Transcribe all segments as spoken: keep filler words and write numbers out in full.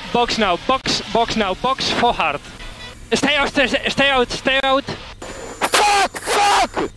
Box now, box, box now, box for hard. Stay out, stay, stay out, stay out. Fuck, fuck!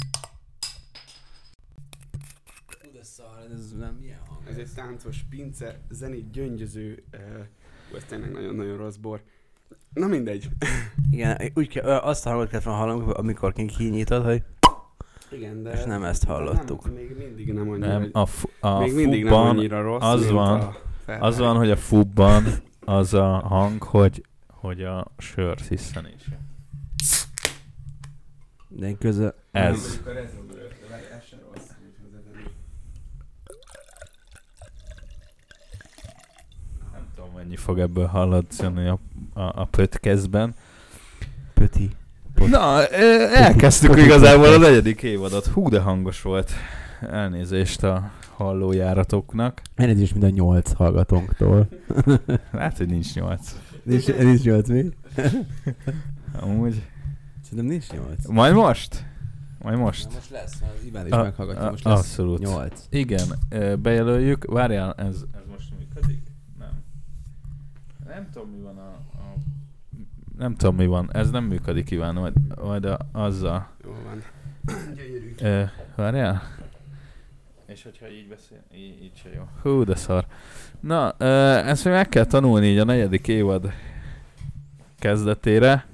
Ez nem ilyen hang. Ez egy táncos pince, zenét gyöngyöző, uh, ez tényleg nagyon-nagyon rossz bor. Na mindegy. Igen, úgy kell, azt a hangot kellett volna hallani, amikor kinyitod, hogy... Igen, de... És nem ezt hallottuk. Nem, még mindig nem annyira, Nem, a, fu- a még mindig nem fubban annyira rossz, az mint van, a az van, hogy a fubban az a hang, hogy, hogy a sör sziszenése. De én közben... Ez. Nem tudom, mennyi fog ebből hallatszani a, a, a podcastben. Pöti. Na, ö, elkezdtük Pöti- igazából a podcast. negyedik évadot. Hú, de hangos volt. Elnézést a hallójáratoknak. Elnézést mind a nyolc hallgatónktól. Lehet, hogy nincs nyolc. nincs, nincs nyolc mi? Amúgy. Szerintem nincs nyolc. Majd most? Majd most? Na most lesz, az Iván is A- meghallgatja, a- most lesz abszolút. nyolc. Igen, ö, bejelöljük. Várjál, ez, ez most működik? Nem. Nem tudom, mi van a, a... Nem tudom, mi van. Ez nem működik, Iván, majd, majd a, azzal. Jól van. Gyönyörű. Ö, várjál? És hogyha így beszél, így, így se jó. Hú, de szar. Na, ö, ezt még meg kell tanulni így a negyedik évad kezdetére.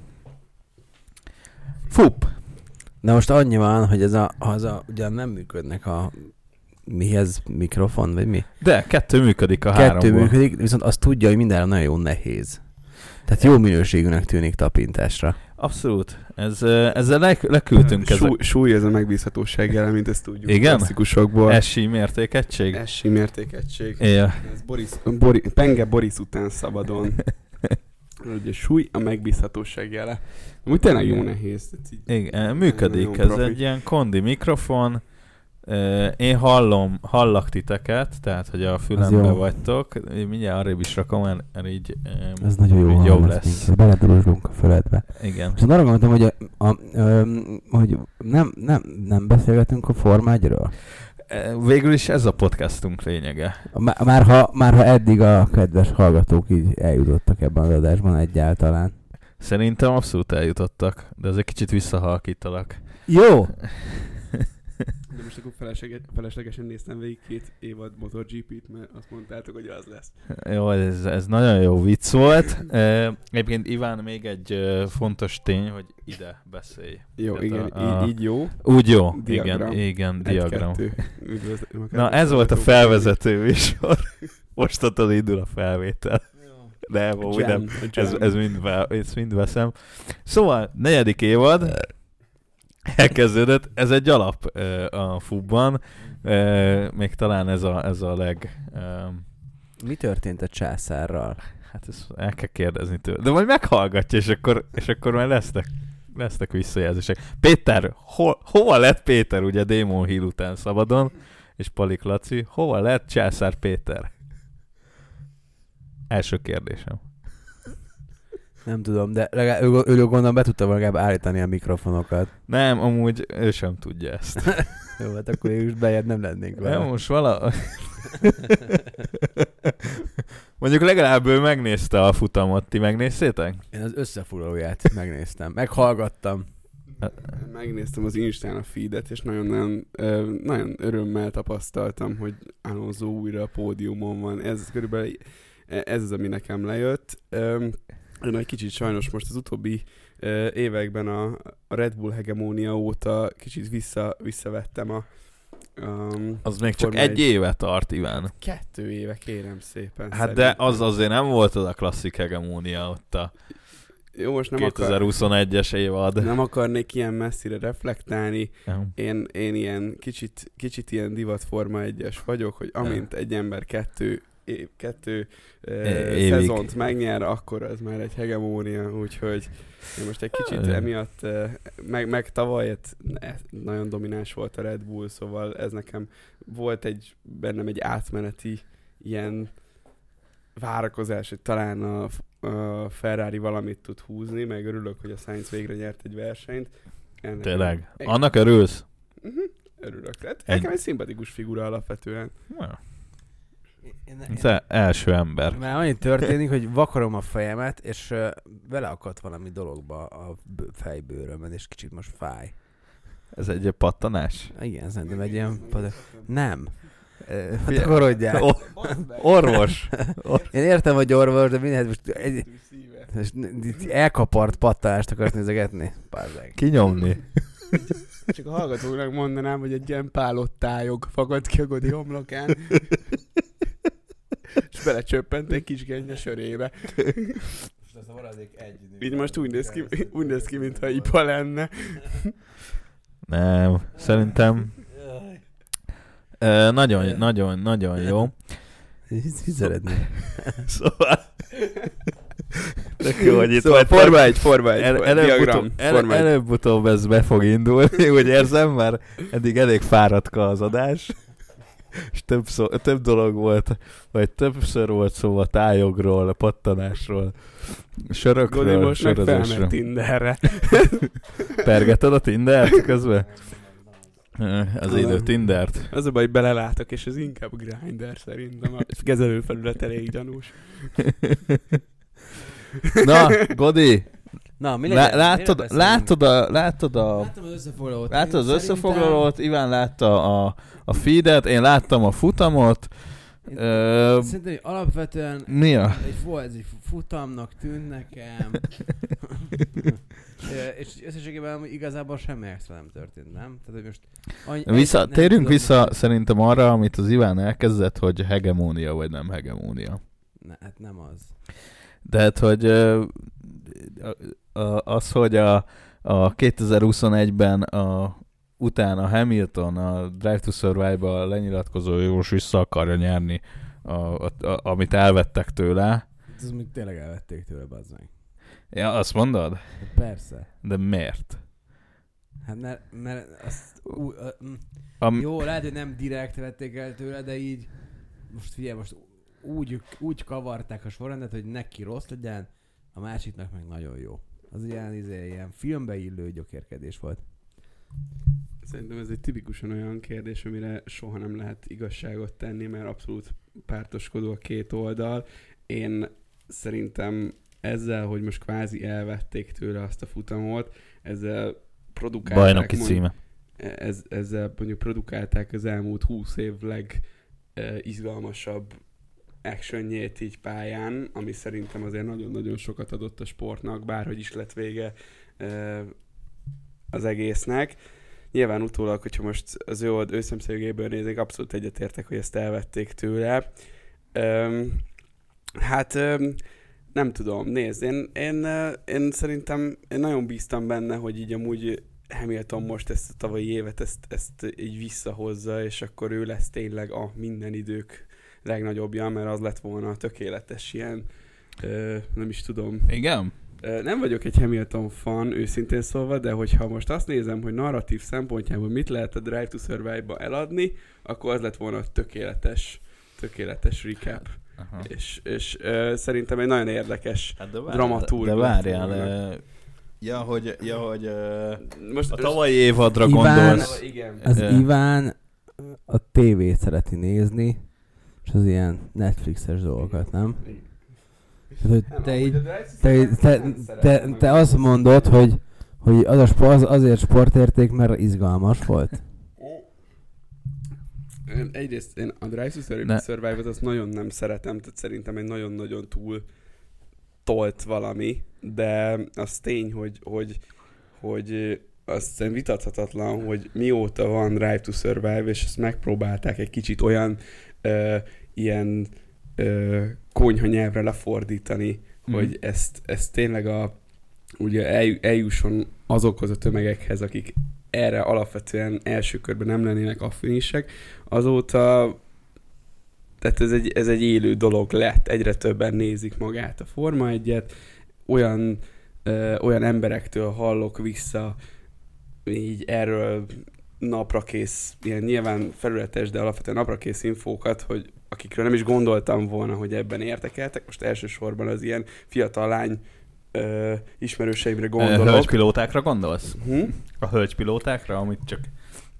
Fup! Na most annyi van, hogy ez a, az a, ugyan nem működnek a mihez mikrofon, vagy mi? De kettő működik a Kettő háromból. működik, viszont azt tudja, hogy mindenre nagyon jó nehéz. Tehát jó minőségűnek tűnik tapintásra. Abszolút. Ez, ö, ezzel le, leküldtünk ezek. Súly, súly ez a megbízhatóság jele, mint ezt tudjuk. Igen? Klasszikusokból. Esi mértékegység? Esi mértékegység. Ja. Ez Boris, Bori, Penge Boris után szabadon. Ugye súly a megbízhatóság jele. Úgy tényleg jó nehéz. Ez így Igen, működik. nagyon Ez profi. egy ilyen kondi mikrofon. Ö, Én hallom, hallak titeket, tehát, hogy a fülembe jó. vagytok. Én mindjárt arrébb is rakom, mert mert így, ö, Ez nagyon jó így hang jobb lesz. lesz. lesz. Beledolozsunk a földbe. Igen. Viszont arra gondoltam, hogy, a, a, öm, hogy nem, nem, nem beszélgetünk a formágyról. Ö, Végül is ez a podcastunk lényege. Má- Már ha, már ha eddig a kedves hallgatók így eljutottak ebben az adásban egyáltalán. Szerintem abszolút eljutottak, de ez egy kicsit visszahalkítalak. Jó! De most akkor felesleges, feleslegesen néztem végig két évad MotoGP-t, mert azt mondtátok, hogy az lesz. Jó, ez, ez nagyon jó vicc volt. Ö, Egyébként Iván, még egy ö, fontos tény, hogy ide beszélj. Jó, Tehát igen, a- a- így, így jó. Úgy jó, Diagram. igen, igen, diagram. Egy-kettő. Üdvözlöm. Na, ez volt a felvezető műsor. Mostantól indul a felvétel. De amúgy nem, ez, ez mind, ve- ezt mind veszem. Szóval, negyedik évad elkezdődött, ez egy alap ö, a fubban, ö, még talán ez a, ez a leg... Ö, Mi történt a császárral? hát ezt el kell kérdezni tőle. De majd meghallgatja, és akkor, és akkor már lesznek, lesznek visszajelzések. Péter, ho, hova lett Péter, ugye Démon Hill után szabadon, és Palik Laci, hova lett Császár Péter? Első kérdésem. Nem tudom, de legalább, ő, ő gondolom be tudta legalább állítani a mikrofonokat. Nem, amúgy ő sem tudja ezt. Jó, hát akkor én is bejebb nem lennénk vele. Nem, most vala... Mondjuk legalább ő megnézte a futamot, ti megnéztétek? Én az összefoglalóját megnéztem, meghallgattam. Megnéztem az Instán a feedet, és nagyon-nagyon ö, nagyon örömmel tapasztaltam, hogy Alonso újra a pódiumon van. Ez körülbelül ez az, ami nekem lejött. Ö, Én egy kicsit sajnos most az utóbbi ö, években a, a Red Bull hegemónia óta kicsit vissza, visszavettem a um, Az még csak Forma egy éve tart, Iván. kettő éve, kérem szépen. Hát szerintem. de az azért nem volt az a klasszik hegemónia ott a Jó, most nem, akar, kétezer-huszonegyes évad. nem akarnék ilyen messzire reflektálni. Nem. Én, én ilyen kicsit, kicsit ilyen divatforma egyes vagyok, hogy amint egy ember kettő, év, kettő uh, Évig. szezont megnyer, akkor az már egy hegemónia, úgyhogy én most egy kicsit Ö. emiatt, uh, meg, meg tavaly hát, ne, nagyon domináns volt a Red Bull, szóval ez nekem volt egy, bennem egy átmeneti ilyen várakozás, hogy talán a, a Ferrari valamit tud húzni, meg örülök, hogy a Sainz végre nyert egy versenyt. Ennek Tényleg. egy- Annak örülsz? Uh-huh. Örülök. Hát Egy- nekem egy szimpatikus figura alapvetően. Ja. Te első ember. Mert annyi történik, hogy vakarom a fejemet, és uh, beleakadt valami dologba a b- fejbőrömön, és kicsit most fáj. Ez egy pattanás? Igen, szerintem egy ilyen... Pad- nem. Uh, hát korodjál. O- orvos. Én értem, hogy orvos, de mindent most egy, most elkapart pattanást akarsz nézegetni? Párdeg. Kinyomni. Csak a hallgatóknak mondanám, hogy egy ilyen pálottályog fakad ki a Godi homlokán. És belecsöppent egy kis geny a sörébe. Így most úgy néz ki, úgy néz ki, mintha ipa lenne. Nem, szerintem uh, nagyon, nagyon, nagyon jó. Így szeretné. Szóval... Tök jó, hogy itt szóval forma egy, forma egy, el, diagram. El, előbb-utóbb ez be fog indulni, úgy érzem, már eddig elég fáradka az adás, és több, szó, több dolog volt, vagy többször volt szó a tájogról, a pattanásról, sörökről, Godi most meg felment sörözésről. Tinderre. Pergeted a Tindert közben? Az élő Tindert. Az a baj, hogy belelátok, és ez inkább Grindr szerintem. A kezelőfelület elég gyanús. Na, Godi, Na, mi lá- látod, látod, a, látod a... Láttam az összefoglalót. Látod az összefoglalót, Iván látta a, a feedet, én láttam a futamot. Ö, Szerintem, hogy alapvetően mi a? egy, volt, ez egy futamnak tűnt nekem. És összességében igazából semmi extra nem történt, nem? Tehát, hogy most annyi, Vissza, nem térjünk tudom, vissza hogy... szerintem arra, amit az Iván elkezdett, hogy hegemónia vagy nem hegemónia. Ne, hát nem az. De hát, hogy ö, az, hogy a, a kétezer-huszonegyben a, utána Hamilton a Drive to Survive-ba lenyilatkozó, hogy most vissza akarja nyerni, a, a, a, amit elvettek tőle. Ez még tényleg elvették tőle, bazd meg. Ja, azt mondod? De persze. De miért? Hát mert, mert azt... Ú, a, m- Am- jó, lehet, hogy nem direkt vették el tőle, de így... Most figyelj, most úgy, úgy kavarták a sorrendet, hogy neki rossz legyen, a másiknak meg nagyon jó. Az ilyen, izé, ilyen filmbe illő gyökérkedés volt. Szerintem ez egy tipikusan olyan kérdés, amire soha nem lehet igazságot tenni, mert abszolút pártoskodó a két oldal. Én szerintem ezzel, hogy most kvázi elvették tőle azt a futamot, ezzel produkálták... Bajnoki mond, címe. Ez, ezzel mondjuk produkálták az elmúlt húsz év legizgalmasabb actionjét így pályán, ami szerintem azért nagyon-nagyon sokat adott a sportnak, bárhogy is lett vége az egésznek. Nyilván utólag, hogyha most az ő, ő szemszögéből nézik, abszolút egyetértek, hogy ezt elvették tőle. Öm, hát öm, nem tudom, nézd, én, én, én szerintem én nagyon bíztam benne, hogy így amúgy Hamilton most ezt a tavalyi évet ezt, ezt így visszahozza, és akkor ő lesz tényleg a minden idők legnagyobbja, mert az lett volna a tökéletes ilyen, ö, nem is tudom. Igen? Nem vagyok egy Hamilton fan, őszintén szólva, de hogyha most azt nézem, hogy narratív szempontjából mit lehet a Drive to Survive-ba eladni, akkor az lett volna a tökéletes, tökéletes recap. Aha. És, és uh, szerintem egy nagyon érdekes hát de vár, dramaturg. De várjál, uh, ja, hogy, ja, hogy uh, most a tavalyi évadra Iván, gondolsz. Igen. Az Uh, Iván a tévét szereti nézni, és az ilyen Netflixes dolgokat, nem? Tehát, hogy te, így, te, te, te, te azt mondod, hogy, hogy az a sport, az azért sportérték, mert izgalmas volt. Egyrészt én a Drive to Ne. Survive-ot azt nagyon nem szeretem, tehát szerintem egy nagyon-nagyon túl tolt valami, de az tény, hogy, hogy, hogy azt vitathatatlan, hogy mióta van Drive to Survive, és ezt megpróbálták egy kicsit olyan ö, ilyen ö, konyha nyelvre lefordítani, mm. hogy ezt, ezt tényleg a, ugye el, eljusson azokhoz a tömegekhez, akik erre alapvetően első körben nem lennének affinisek, azóta tehát ez egy, ez egy élő dolog lett, egyre többen nézik magát a Forma egyet, olyan, ö, olyan emberektől hallok vissza így erről naprakész, ilyen nyilván felületes, de alapvetően naprakész infókat, hogy akikről nem is gondoltam volna, hogy ebben érdekeltek, most elsősorban az ilyen fiatal lány ö, ismerőseimre gondolok. Hölgypilótákra gondolsz? Hm? A hölgypilótákra, amit csak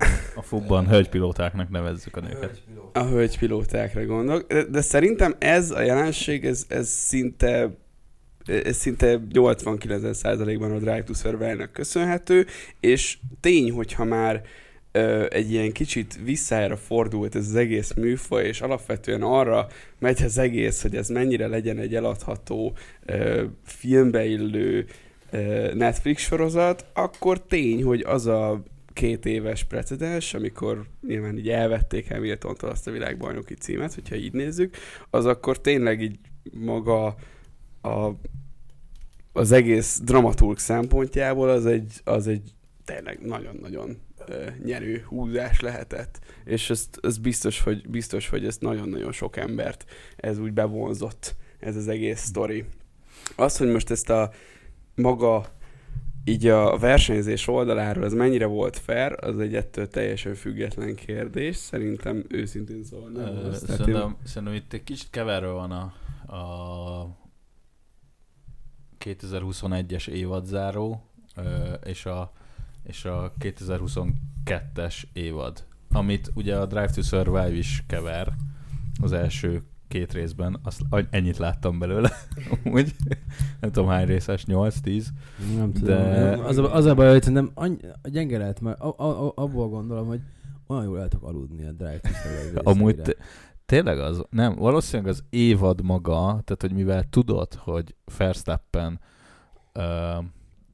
A fubban hölgypilótáknak nevezzük a nőket. A hölgypilótákra gondolok. De, de szerintem ez a jelenség, ez, ez szinte ez szinte nyolcvan-kilencven százalékban a Drive to Survive-nak köszönhető, és tény, hogyha már ö, egy ilyen kicsit visszájára fordult ez az egész műfaj, és alapvetően arra megy az egész, hogy ez mennyire legyen egy eladható, ö, filmbeillő ö, Netflix sorozat, akkor tény, hogy az a két éves precedens, amikor nyilván így elvették Hamiltontól azt a világbajnoki címet, hogyha így nézzük, az akkor tényleg így maga a, az egész dramaturg szempontjából az egy, az egy tényleg nagyon-nagyon uh, nyerő húzás lehetett. És ezt, ez biztos, hogy, biztos, hogy ezt nagyon-nagyon sok embert ez úgy bevonzott, ez az egész sztori. Az, hogy most ezt a maga így a versenyzés oldaláról ez mennyire volt fair, az egy ettől teljesen független kérdés. Szerintem őszintén szóval nem uh, volt. Szerintem, szerintem itt egy kicsit keverve van a, a kétezer-huszonegyes évadzáró uh, és, a, és a kétezer-huszonkettes évad, amit ugye a Drive to Survive is kever az első két részben, azt ennyit láttam belőle, úgy. Nem tudom hány részes, nyolc-tíz. Nem tudom. De... Az, a, az a baj, hogy szerintem annyi, gyenge lehet, mert a, a, a, abból gondolom, hogy olyan jól el tudok aludni a Drive to Survive. Amúgy t- tényleg az, nem, valószínűleg az évad maga, tehát hogy mivel tudod, hogy Verstappen uh,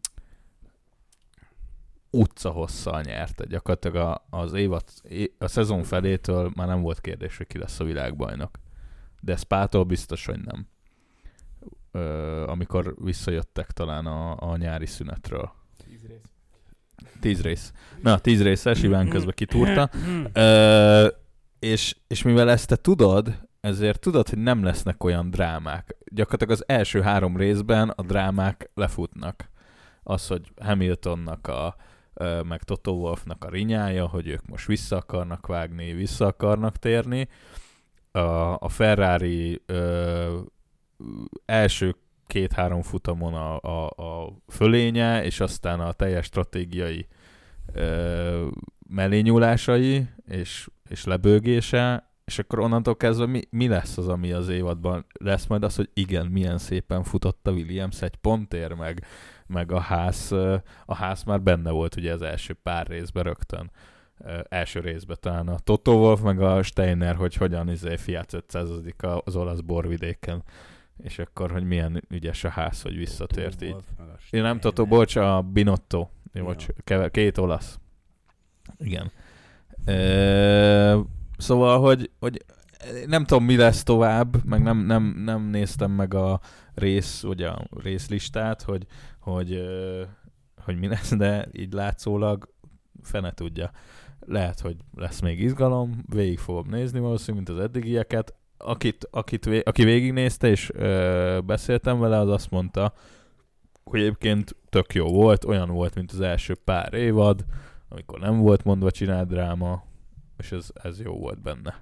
utcahosszal nyerte, gyakorlatilag a, az évad, a szezon felétől már nem volt kérdés, hogy ki lesz a világbajnok. De Spától biztos, hogy nem. Ö, amikor visszajöttek talán a, a nyári szünetről. Tíz rész. Tíz rész. Na, tíz részes, Iván közben kitúrta. Ö, és, és mivel ezt te tudod, ezért tudod, hogy nem lesznek olyan drámák. Gyakorlatilag az első három részben a drámák lefutnak. Az, hogy Hamiltonnak a ö, meg Toto Wolffnak a rinyája, hogy ők most vissza akarnak vágni, vissza akarnak térni. A, a Ferrari ö, első két-három futamon a, a, a fölénye, és aztán a teljes stratégiai ö, mellényúlásai, és, és lebőgése, és akkor onnantól kezdve mi, mi lesz az, ami az évadban lesz majd az, hogy igen, milyen szépen futott a Williams egy pontért, meg, meg a ház, a ház már benne volt ugye az első pár részben rögtön. Uh, első részben talán a Toto Wolff, meg a Steiner, hogy hogyan izé Fiat ötszázadik az olasz borvidéken, és akkor, hogy milyen ügyes a ház, hogy visszatért így. Én nem Toto, bocs, a Binotto. Én bocs, kever, két olasz. Igen. Uh, szóval, hogy, hogy nem tudom, mi lesz tovább, meg nem, nem, nem néztem meg a rész, ugye a részlistát, hogy, hogy, uh, hogy mi lesz, de így látszólag fene tudja. Lehet, hogy lesz még izgalom, végig fogom nézni valószínűleg, mint az eddigieket. Akit, akit, aki végignézte és ö, beszéltem vele, az azt mondta, hogy egyébként tök jó volt, olyan volt, mint az első pár évad, amikor nem volt mondva csinál dráma, és ez, ez jó volt benne.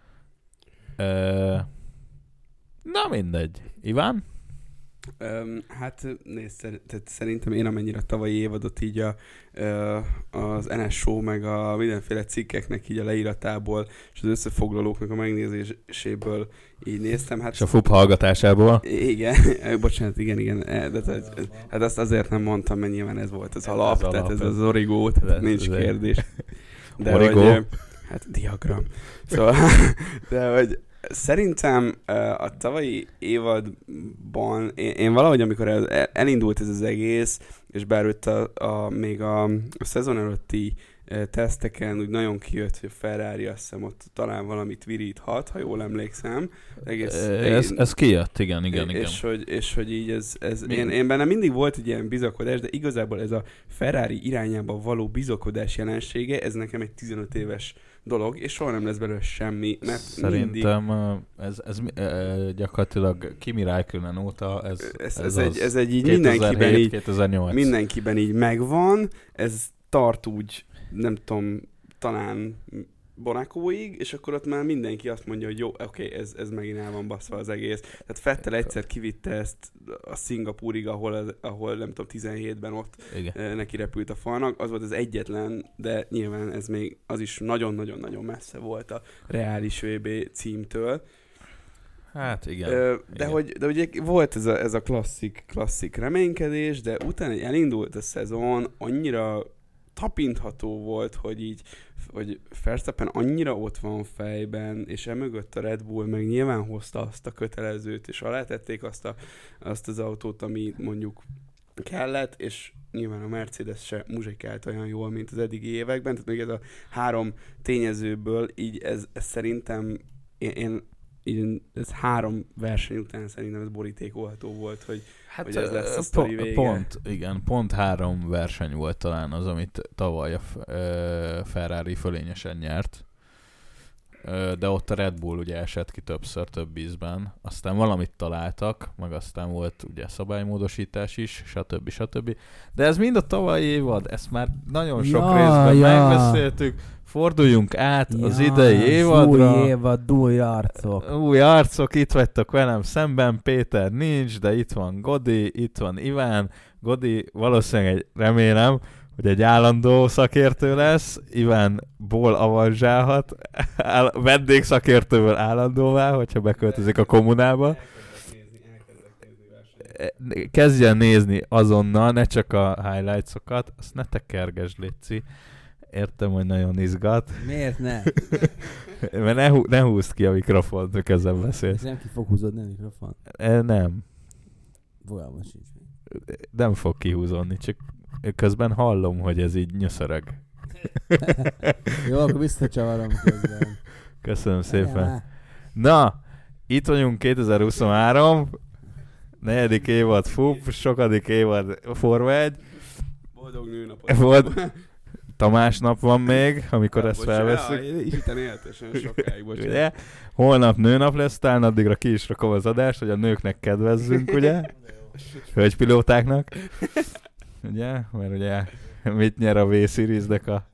Ö, na mindegy. Iván? Um, hát nézd, tehát szerintem én amennyire a tavalyi évadot így a, az en es Show meg a mindenféle cikkeknek így a leíratából és az összefoglalóknak a megnézéséből így néztem. Hát, és a fub hallgatásából. Igen, bocsánat, igen, igen. De, de, hát azt azért nem mondtam, mert nyilván ez volt az alap, ez tehát alap, ez az origó, tehát nincs ez kérdés. De origó? Hogy, hát diagram. Szóval, de hogy szerintem uh, a tavalyi évadban, én, én valahogy, amikor el, elindult ez az egész, és bár ott a, a, még a, a szezon előtti uh, teszteken úgy nagyon kijött, hogy a Ferrari azt hiszem ott talán valamit viríthat, ha jól emlékszem. Egész, ez, ez kijött, igen, igen, igen. És hogy, és hogy így ez, ez én, én bennem mindig volt egy ilyen bizakodás, de igazából ez a Ferrari irányába való bizakodás jelensége, ez nekem egy tizenöt éves dolog, és soha nem lesz belőle semmi, mert szerintem mindig... ez, ez, ez gyakorlatilag Kimi Räikkönen óta ez, ez, ez, ez, egy, ez egy így mindenkiben így, mindenkiben így megvan, ez tart úgy, nem tudom, talán Monacóig, és akkor ott már mindenki azt mondja, hogy jó, oké, okay, ez, ez megint el van baszva az egész. Tehát Vettel egyszer kivitte ezt a Szingapúrig, ahol, az, ahol nem tudom, tizenhétben ott Igen. neki repült a falnak. Az volt az egyetlen, de nyilván ez még az is nagyon-nagyon-nagyon messze volt a reális vé bé címtől. Hát igen. De, igen. Hogy, de ugye volt ez a, ez a klasszik, klasszik reménykedés, de utána elindult a szezon, annyira tapintható volt, hogy így, hogy Verstappen annyira ott van fejben, és emögött a Red Bull meg nyilván hozta azt a kötelezőt, és alátették azt, a, azt az autót, ami mondjuk kellett, és nyilván a Mercedes se muzsikált olyan jól, mint az eddigi években, tehát még ez a három tényezőből így ez, ez szerintem én, én így, ez három verseny után szerintem ez borítékolható volt, hogy, hát hogy ez lesz a sztori vége. Pont, igen, pont három verseny volt talán az, amit tavaly a Ferrari fölényesen nyert. De ott a Red Bull ugye esett ki többször, több ízben. Aztán valamit találtak, meg aztán volt ugye szabálymódosítás is, stb. stb. De ez mind a tavalyi évad, ezt már nagyon sok ja, részben ja. megbeszéltük. Forduljunk át ja, az idei évadra. Új évad, új arcok. Új arcok, itt vagytok velem szemben, Péter nincs, de itt van Godi, itt van Iván. Godi valószínűleg egy, remélem, hogy egy állandó szakértő lesz, Ivánból avanzsálhat, vendégszakértőből állandóvá, hogyha beköltözik a kommunába. Kezdjen nézni azonnal, ne csak a highlights-okat, azt ne tekergesd, létszi. Értem, hogy nagyon izgat. Miért ne? Mert ne, hú, ne húzd ki a mikrofont, hogy ezzel beszélsz. Nem ki fog húzódni a mikrofon? E, nem. Fogalmam sincs. Nem fog kihúzódni, csak közben hallom, hogy ez így nyöszörög. Jó, akkor visszacsavarom közben. Köszönöm szépen. Na, itt vagyunk kétezer-huszonhárom, negyedik évad fú, sokadik évad Forma egy. Boldog nőnapot. Tamás nap van még, amikor ja, ezt bocsánat, felveszünk. Ja, Isten éltesen sokáig, bocsánat. Ugye? Holnap nőnap lesz, talán addigra ki is rakom az adást, hogy a nőknek kedvezzünk, ugye? Hölgypilótáknak. Ugye? Mert ugye mit nyer a V-Series-nek a...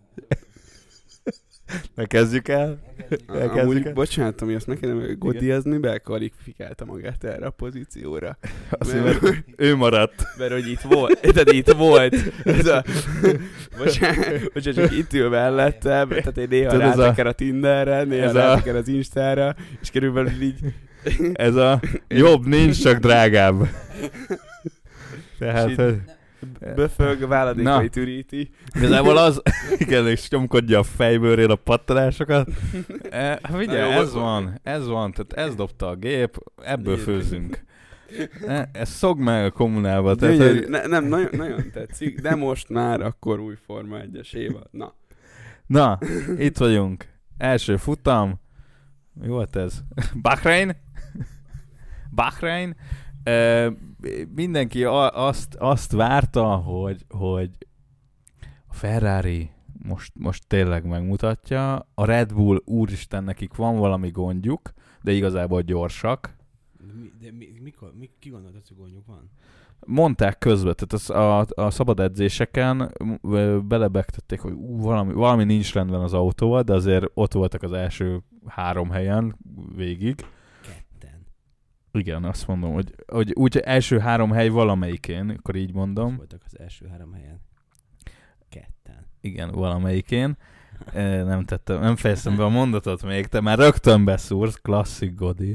Ne kezdjük el? Kezdjük Amúgy, el? Bocsánat, ami azt megkérdem, hogy Godi az miben kvalifikálta magát erre a pozícióra? Azt mert, mert ő maradt. Mert hogy itt volt, tehát itt volt. Ez a, bocsánat, bocsánat, csak itt ül mellettem, tehát én néha ráteker a, a Tinderre, néha ráteker az Instára, és körülbelül így... Ez a jobb nincs, csak drágább. Tehát... Böfög, váladékai türíti. Igazából az, igen, és nyomkodja a fejbőrén a pattanásokat. E, figyelj, ez van, ez van, tehát ez dobta a gép, ebből főzünk. E, ez szog meg a kommunába. Tehát, Gyönyörű, hogy... ne, nem, nagyon, nagyon tetszik, de most már akkor új Forma egyes évad. Na. Na, itt vagyunk. Első futam. Mi volt ez? Bahrein? Bahrein? Uh, mindenki a, azt, azt várta, hogy, hogy a Ferrari most, most tényleg megmutatja. A Red Bull, úristen, nekik van valami gondjuk, de igazából gyorsak. De, mi, de mi, mikor, mi, ki gondolt, hogy gondjuk van? Mondták közben, tehát az, a, a szabad edzéseken belebegtették, hogy ú, valami, valami nincs rendben az autóval, de azért ott voltak az első három helyen végig. Igen, azt mondom, hogy, hogy úgy első három hely valamelyikén, akkor így mondom. Voltak az első három helyen. Ketten. Igen, valamelyikén. E, nem tettem, nem fejeztem be a mondatot még, te már rögtön beszúrsz, klasszik Godi.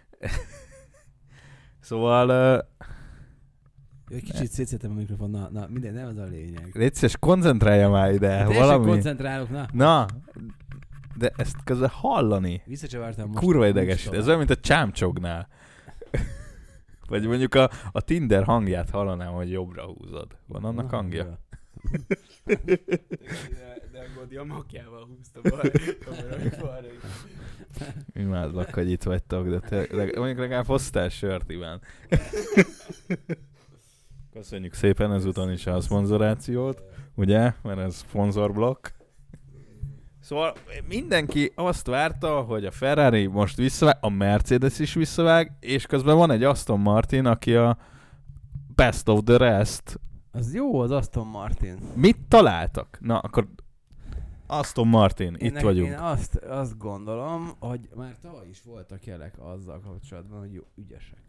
Szóval... Uh, Egy kicsit szétszedtem a mikrofon, na, na, minden, nem az a lényeg. Légy szíves, koncentrálja már ide, hát valami. koncentrálok, na. Na, de ezt közben hallani. Visszacsavartam most. Kurva ideges, ez olyan, mint a csámcsognál. Vagy mondjuk a, a Tinder hangját hallanám, hogy jobbra húzod. Van annak hangja? De, de a Godi a makjával húzta balra. Imádlak, hogy itt vagytok, de te, mondjuk legalább hoztál sört, Iván. Köszönjük szépen ezúton is a szponzorációt, ugye? Mert ez szponzorblokk. Szóval mindenki azt várta, hogy a Ferrari most visszavág, a Mercedes is visszavág, és közben van egy Aston Martin, aki a best of the rest. Az jó az Aston Martin. Mit találtak? Na, akkor Aston Martin, én itt nek, vagyunk. Én azt, azt gondolom, hogy már tavaly is voltak jelek azzal kapcsolatban, hogy jó, ügyesek.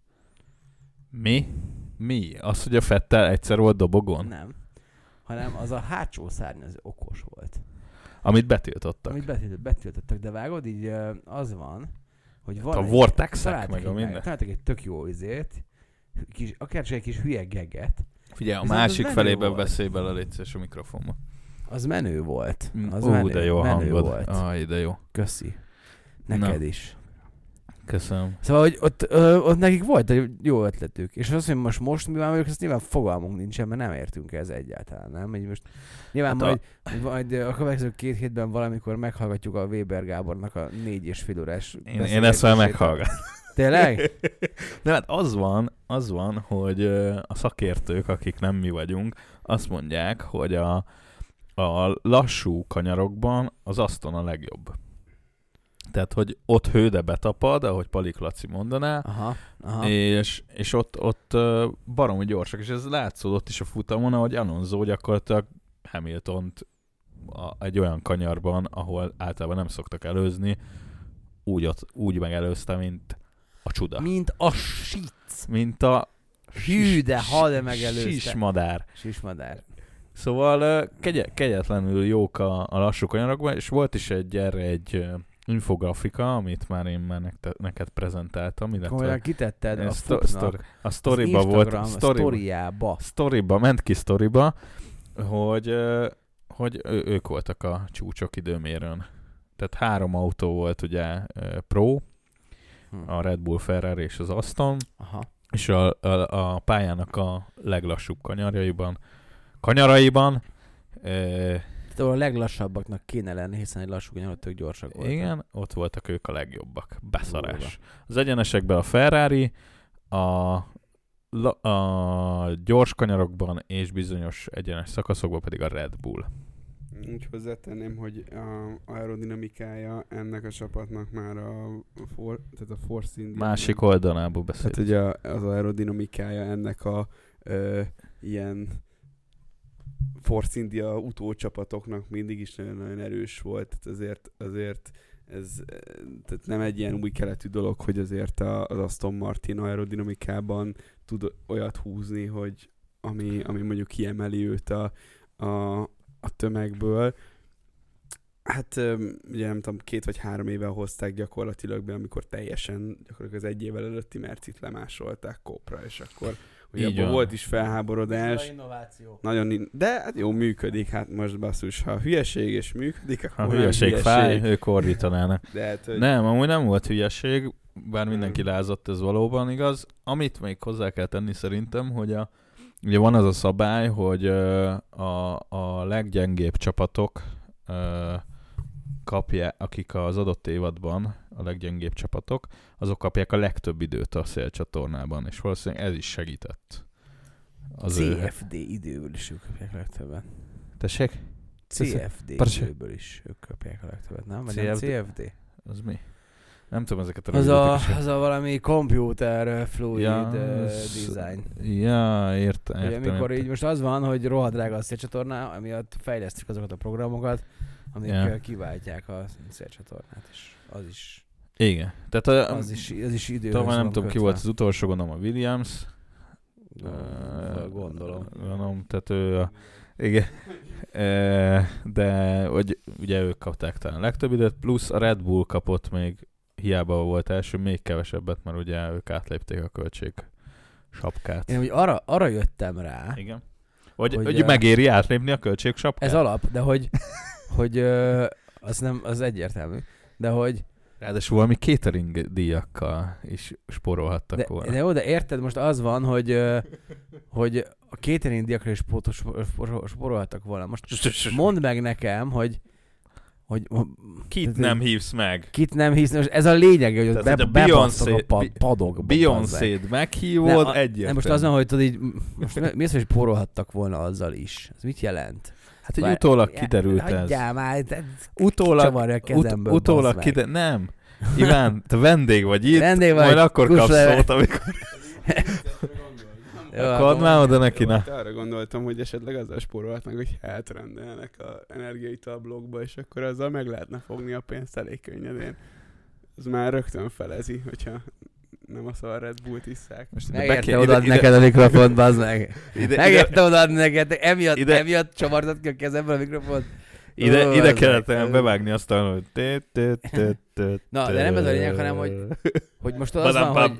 Mi? Mi? Az, hogy a Vettel egyszer volt dobogon? Nem. Hanem az a hátsó szárny az okos volt. Amit betiltottak. Amit betiltottak, betiltottak, de vágod, így az van, hogy van a egy, vortexek meg a minden. Találtak egy tök jó izét, kis, akár csak egy kis hülye geget. Figyelj, a viszont másik felében volt. beszélj bele, légy szíves a mikrofonba. Az menő volt. Az Ú, menő, de jó menő hangod. volt. Aj, de jó. Köszi. Neked Na. is. Köszönöm. Szóval, hogy ott, ö, ott nekik volt egy jó ötletük. És az, hogy most, most mivel vagyok, azt nyilván fogalmunk nincsen, mert nem értünk ez egyáltalán, nem? Így most nyilván Hát majd, a... majd a következő két hétben valamikor meghallgatjuk a Weber Gábornak a négy és fél órás Én, én ezt már meghallgatom. Tényleg? De hát az van, az van, hogy a szakértők, akik nem mi vagyunk, azt mondják, hogy a, a lassú kanyarokban az Aston a legjobb. Tehát, hogy ott hőde betapad, ahogy Palik Laci mondaná, Aha, aha. és, és ott, ott baromi gyorsak, és ez látszódott is a futamon, ahogy Alonso gyakorlatilag Hamiltont a, egy olyan kanyarban, ahol általában nem szoktak előzni, úgy, ott, úgy megelőzte, mint a csuda. Mint a sic. Mint a Hű, de ha de megelőzte. sismadár. Sismadár. Szóval kegy- kegyetlenül jók a, a lassú kanyarokban, és volt is egy erre egy infografika, amit már én már nekte, neked prezentáltam. Komolyan kitetted a szto- futnak sztori- a sztoriba az volt, Instagram sztoriba, sztoriába. sztoriba, ment ki sztoriba, hogy, hogy ő, ők voltak a csúcsok időmérőn. Tehát három autó volt ugye Pro, Hm. a Red Bull, Ferrari és az Aston, Aha. és a, a, a pályának a leglassúbb kanyarjaiban, kanyaraiban, e, Tehát a leglassabbaknak kéne lenni, hiszen egy lassú kanyarok tök gyorsak voltak. igen, ott voltak ők a legjobbak. Beszarás. Az egyenesekben a Ferrari, a, a gyors kanyarokban és bizonyos egyenes szakaszokban pedig a Red Bull. Úgy hozzátenném, hogy a aerodinamikája ennek a csapatnak már a, for, tehát a Force India. Másik oldalából beszélt. Tehát ugye az aerodinamikája ennek a ö, ilyen Force India utócsapatoknak mindig is nagyon-nagyon erős volt. Tehát azért, azért ez tehát nem egy ilyen új keletű dolog, hogy azért a, az Aston Martin aerodinamikában tud olyat húzni, hogy ami, ami mondjuk kiemeli őt a, a a tömegből. Hát ugye nem tudom, két vagy három éve hozták gyakorlatilag be, amikor teljesen gyakorlatilag az egy évvel előtti Mercit lemásolták Kopra, és akkor ugye abban volt is felháborodás. Nagyon in- de hát jó, működik, hát most basszus, ha a hülyeség és működik, akkor ha hülyeség, hülyeség fáj, ők ordítanának. Hát, hogy... Nem, amúgy nem volt hülyeség, bár mindenki lázott, ez valóban igaz. Amit még hozzá kell tenni szerintem, hogy a ugye van az a szabály, hogy uh, a, a leggyengébb csapatok uh, kapják, akik az adott évadban a leggyengébb csapatok, azok kapják a legtöbb időt a szélcsatornában, és valószínűleg ez is segített. Az cé ef dé ő... időből is ők kapják a legtöbbet. Tessék? cé ef dé Tessék? időből is ők kapják a legtöbbet, nem? Vagy cé ef dé? nem cé ef dé? Az mi? Nem tudom ezeket a az a, rövidítéseket. az a valami computer fluid ja, uh, az... design. Ja, értem, Ugye, értem. amikor értem. így most az van, hogy rohadt drága a szélcsatorná, amiatt fejlesztjük azokat a programokat, amik Ja. kiváltják a szélcsatornát, és az is, Igen. Tehát a, az is, az is időhöz talán nem van tudom ki kötve. volt az utolsó, gondolom a Williams. Gondolom. Gondolom. Gondolom, tehát ő a... Igen. E, de hogy ugye ők kapták talán a legtöbb időt, plusz a Red Bull kapott még, hiába volt első, még kevesebbet, mert ugye ők átlépték a költség sapkát. Én úgy arra, arra jöttem rá, Igen. Hogy, hogy, hogy megéri átlépni a költség sapkát? ez alap, de hogy, hogy ö, az nem, az egyértelmű, de hogy Ráadásul valami catering díjakkal is spórolhattak de, volna. de jó, de érted, most az van, hogy, ö, hogy a catering díjakra is spórolhattak volna. Most mondd meg nekem, hogy hogy Kit nem hívsz meg? Kit nem hisz, most ez a lényeg, hogy Tehát, be, hogy a bebasztok a Beyoncé- pad, padokba. Beyoncé-t meghívod, Nem, a- egyértelmű. nem, most az van, hogy tudod így, most mi az, hogy spórolhattak volna azzal is? Ez mit jelent? Hát, hogy Vár- utólag kiderült ez. Hagyjál már, de Utólag, csavarja a kezemből, ut- utólag bazd meg. kiderült. Nem. Iván, te vendég vagy itt, Vendég vagy, majd akkor kapsz kuss le. szót, amikor... Akkor add már oda neki, na. Arra gondoltam, hogy esetleg azzal spórolhatnak, hogy eltrendelnek a energiaitalblogba, és akkor azzal meg lehetne fogni a pénzt elég könnyedén. Az már rögtön felezi, hogyha nem a szar Red Bullt isszák. Megérte odaadni neked a mikrofont, bazd meg. Megérte odaadni neked, emiatt, ide, emiatt csavartad ki a kezemből a mikrofont. Ide, oh, ide kellett bevágni azt, hogy... Na, de nem ez a lényeg, hanem, hogy, hogy most az van, hogy...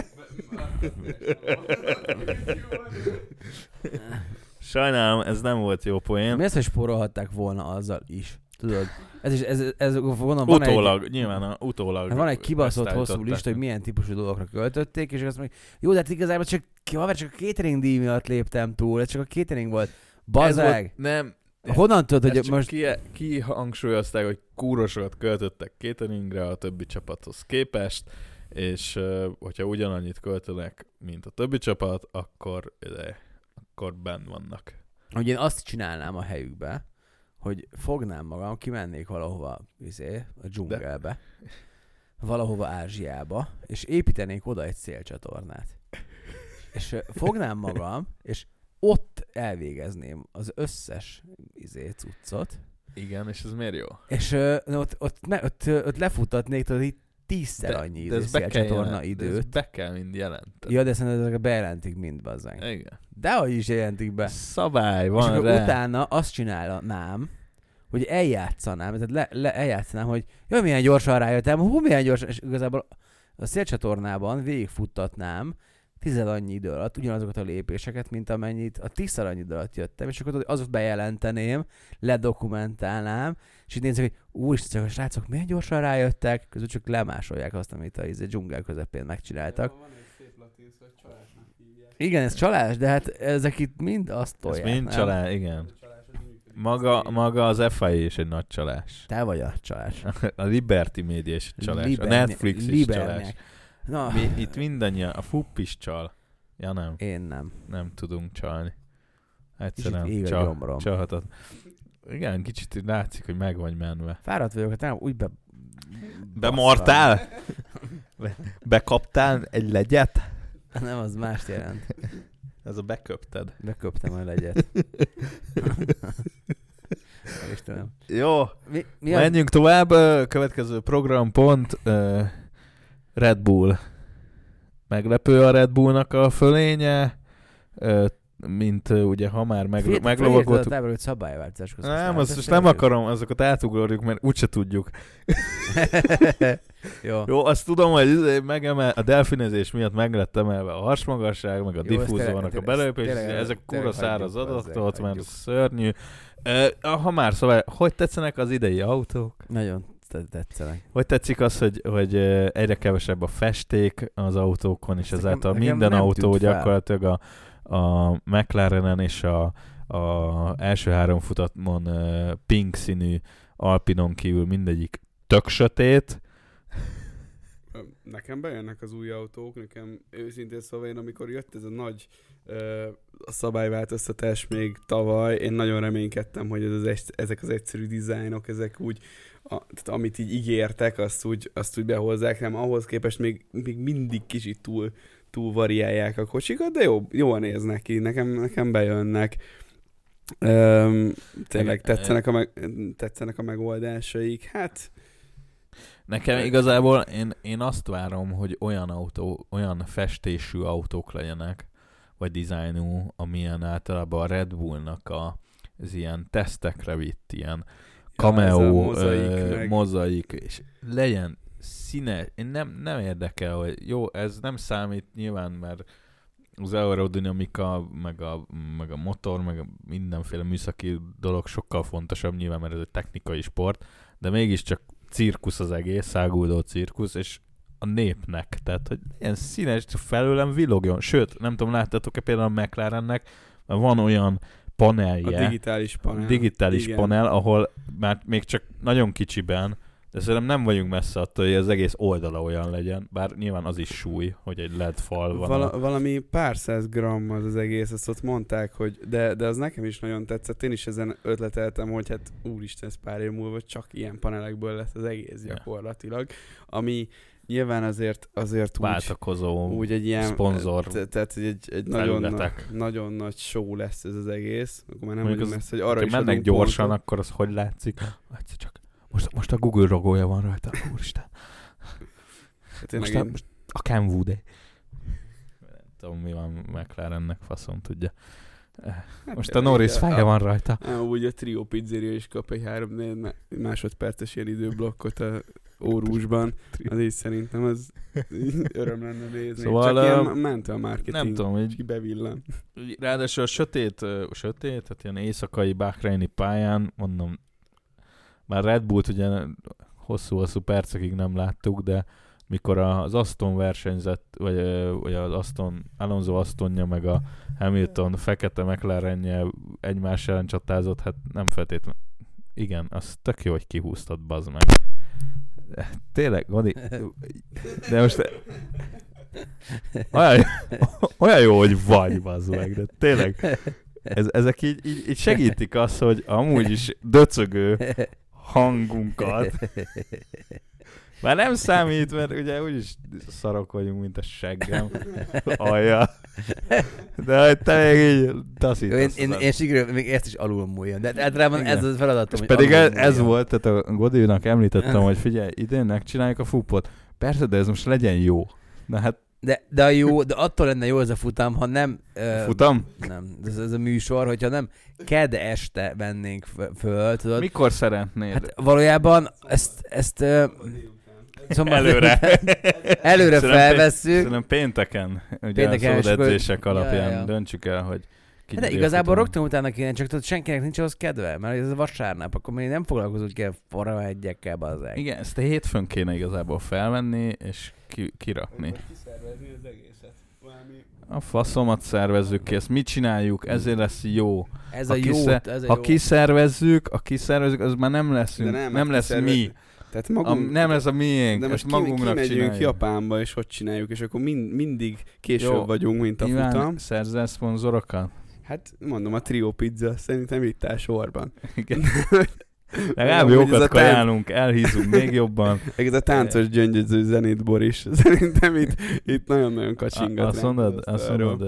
Sajnálom, ez nem volt jó poén. Mi ezt, hogy spórolhatták volna azzal is? Tudod? Ez is, ez, ez, van utólag, egy, nyilván a, utólag. Van egy kibaszott hosszú lista, hogy milyen típusú dolgokra költötték, és azt mondjuk, jó, de hát igazából csak, csak a catering díj miatt léptem túl, ez csak a catering volt. Bazeg! Nem. Honnan tudod, hogy most... Ki, ki hangsúlyozták, hogy kúrosokat költöttek cateringre a többi csapathoz képest, és hogyha ugyanannyit költenek, mint a többi csapat, akkor, de, akkor benn vannak. Hogy én azt csinálnám a helyükbe, hogy fognám magam, kimennék valahova izé, a dzsungelbe, de. valahova Ázsiába, és építenék oda egy szélcsatornát. És fognám magam, és ott elvégezném az összes izé cuccot. Igen, és ez miért jó? És uh, ott, ott, ne, ott, ott lefutatnék, tudod, itt tízszer de, annyi izé, szélcsatorna időt. De ez be kell mind jelenteni. Ja, de szerintem ezek bejelentik mind, bazzánk. Igen. Dehogy is jelentik be. Szabály van és rá. utána azt csinálnám, hogy eljátszanám, tehát le, le, eljátszanám, hogy jaj, milyen gyorsan rájöttem, hú, milyen gyorsan, és igazából a szélcsatornában végigfuttatnám tized annyi idő alatt ugyanazokat a lépéseket, mint amennyit a tízszer annyi idő alatt jöttem, és akkor azot bejelenteném, ledokumentálnám, és így nézzük, hogy úristen, a srácok milyen gyorsan rájöttek, közül csak lemásolják azt, amit a dzsungel közepén megcsináltak. Van egy szép latin szó, hogy csalásnak hívják. Igen, ez csalás, de hát ezek itt mind azt tolják. Ez mind csalás, igen. Maga, maga az ef i á is egy nagy csalás. Te vagy a csalás. A Liberty Media is egy csalás. Liberny- a Netflix is Libernyák. csalás. Na. Mi, itt mindannyian, a fupp is csal. Ja nem. Én nem. Nem tudunk csalni. Egyszerűen Kicsit ég a csal, gyomrom. csalhatat. Igen, kicsit látszik, hogy meg vagy menve. Fáradt vagyok, hát nem úgy be... Bemartál? Be, bekaptál egy legyet? Nem, az mást jelent. Ez a beköpted. Beköptem a legyet. Istenem. Jó, mi, mi menjünk a... tovább. Következő programpont Red Bull. Meglepő a Red Bullnak a fölénye, mint ugye ha már meg, meglovagoltuk. Fél hogy szabályváltozáshoz. Nem, azt most nem akarom, azokat átugorjuk, mert úgyse tudjuk. Jó. Jó, azt tudom, hogy megemel, a delfinezés miatt meg lett emelve a harsmagasság, meg a diffúzónak a belépés, ezek kura száraz adatot, mert szörnyű. Ha már, szóval, hogy tetszenek az idei autók? Nagyon tetszenek. Hogy tetszik az, hogy, hogy egyre kevesebb a festék az autókon, és ezáltal nekem, minden nekem autó gyakorlatilag a, a McLarenen és a, a első három futamon pink színű Alpinon kívül mindegyik tök sötét. Nekem bejönnek az új autók, nekem őszintén szóval én, amikor jött ez a nagy uh, szabályváltoztatás még tavaly, én nagyon reménykedtem, hogy ez az egy, ezek az egyszerű dizájnok, ezek úgy, a, tehát amit így ígértek, azt úgy, azt úgy behozzák, nem ahhoz képest még, még mindig kicsit túl, túl variálják a kocsikat, de jó, jól néznek ki, nekem, nekem bejönnek. Um, tényleg tetszenek a, meg, tetszenek a megoldásaik, hát... Nekem igazából én, én azt várom, hogy olyan autó, olyan festésű autók legyenek, vagy dizájnú, amilyen általában a Red Bullnak a, az ilyen tesztekre vitt, ilyen cameo, ja, mozaik, ö, mozaik, és legyen színe, én nem, nem érdekel, hogy jó, ez nem számít nyilván, mert az aerodinamika, meg a, meg a motor, meg a mindenféle műszaki dolog sokkal fontosabb nyilván, mert ez egy technikai sport, de mégiscsak cirkusz az egész, száguldó cirkusz, és a népnek, tehát, hogy ilyen színes, felőlem villogjon. Sőt, nem tudom, láttatok-e például a McLarennek, mert van olyan panelje, a digitális panel, digitális igen. panel, ahol már még csak nagyon kicsiben, de szerintem nem vagyunk messze attól, hogy az egész oldala olyan legyen, bár nyilván az is súly, hogy egy led fal van. Val- a... Valami pár száz gramm az az egész, azt ott mondták, hogy de, de az nekem is nagyon tetszett. Én is ezen ötleteltem, hogy hát úristen, ez pár év múlva csak ilyen panelekből lesz az egész gyakorlatilag. Ami nyilván azért, azért úgy, váltakozó úgy egy ilyen, szponzor te- tehát egy, egy nagyon, na, nagyon nagy show lesz ez az egész. Akkor már nem mondjuk messze, hogy arra is mennek adunk gyorsan, pontot. akkor az hogy látszik? Egyszer csak. Most, most a Google rogója van rajta. Úristen. Most a, most a Kenwood. Nem tudom, mi van McLarennek, faszom tudja. Hát most a Norris feje van rajta. Úgy a Trio Pizzeria is kap egy három másodperces ilyen időblokkot a Órusban. Az így szerintem az öröm lenne nézni. Szóval, csak ilyen uh, mental marketing. Nem tudom, így bevillan. Ráadásul a sötét, uh, sötét, tehát ilyen éjszakai Bahreini pályán, mondom, már Red Bullt ugye hosszú-hosszú percekig nem láttuk, de mikor az Aston versenyzett, vagy, vagy az Aston, Alonso Astonja meg a Hamilton fekete McLarenje egymás ellen csatázott, hát nem feltétlenül. Igen, az tök jó, hogy kihúztad, bazd meg. Tényleg, Gadi, de most olyan, olyan jó, hogy vagy, bazd meg, de tényleg, ez, ezek így, így, így segítik azt, hogy amúgy is döcögő hangunkat, már nem számít, mert ugye úgyis szarok vagyunk, mint a seggem. Alja. De hogy te még így taszítasz. Én, én, én sikerül még ezt is alulmúljam. De általában ez az feladatom, hogy pedig ez, ez volt, tehát a Godinak említettem, hogy figyelj, idén megcsináljuk a fupot. Persze, de ez most legyen jó. De hát De, de, a jó, de attól lenne jó ez a futam, ha nem... Uh, futam? Nem, ez, ez a műsor, hogyha nem kedd este vennénk föl, tudod? Mikor szeretnéd? Hát valójában ezt... ezt uh, Szóval előre. előre szerintem felvesszük. Szerintem pénteken, ugye pénteken a szabad edzések alapján ja, ja. döntsük el, hogy ki de igazából rögtön utána kéne, csak tudod, senkinek nincs ahhoz kedve, mert ez a vasárnap, akkor még nem foglalkozunk ki a forra egyekkel, bazzeg. Igen, ezt a hétfőn kéne igazából felvenni, és ki, kirakni. Kiszervezni az egészet. Valami... A faszomat szervezzük ki, ezt mit csináljuk, ezért lesz jó. Ez ha a jó, kiszer... ez a ha jó. kiszervezzük, a kiszervezzük, az már nem leszünk, nem, nem lesz kiszervez... mi. Tehát magunk, a, nem ez a miénk, de most ezt magunknak kimegyünk csináljuk. Japánba, és ott csináljuk, és akkor mind, mindig később Jó. vagyunk, mint a Iván, futam. szerzel szponzorokat? Hát mondom, a Trio Pizza szerintem itt áll sorban. Igen. Legalább jókat kajálunk, elhízunk még jobban. Ez a táncos gyöngyöző zenét, Boris. Szerintem itt, itt nagyon-nagyon kacsingat. Azt mondod, azt mondod,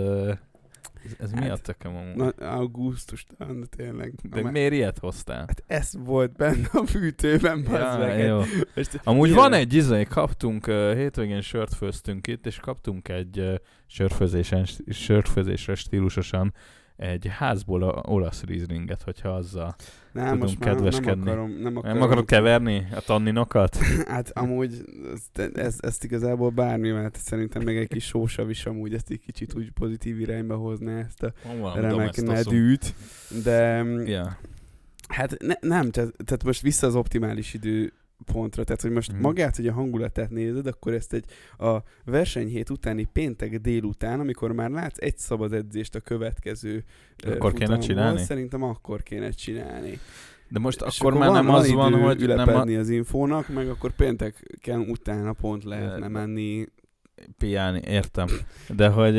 ez, ez hát, mi a tököm amúgy? Na, augusztus, de tényleg. De na, miért ilyet hoztál? Hát ez volt benne a fűtőben, ja, jó. Amúgy van egy izé, kaptunk, uh, hétvégén sört főztünk itt, és kaptunk egy uh, sörfőzésen, sörfőzésre stílusosan egy házból a olasz rizlinget, hogyha azzal nem, tudunk most kedveskedni. Nem akarom, nem akarom. Nem akarod keverni a tanninokat? Hát amúgy ezt, ezt, ezt igazából bármi, mert szerintem meg egy kis sósav is amúgy ezt egy kicsit úgy pozitív irányba hozná ezt a remek nedűt. De yeah. hát ne, nem, tehát, tehát most vissza az optimális idő pontra, tehát hogy most mm. magát, hogy a hangulatát nézed, akkor ezt egy a versenyhét utáni péntek délután, amikor már látsz egy szabad edzést a következő akkor kéne csinálni? Szerintem akkor kéne csinálni. De most és akkor, akkor már nem az van, hogy ülepedni nem a... az infónak, meg akkor pénteken utána pont lehetne menni. Piálni, értem. De hogy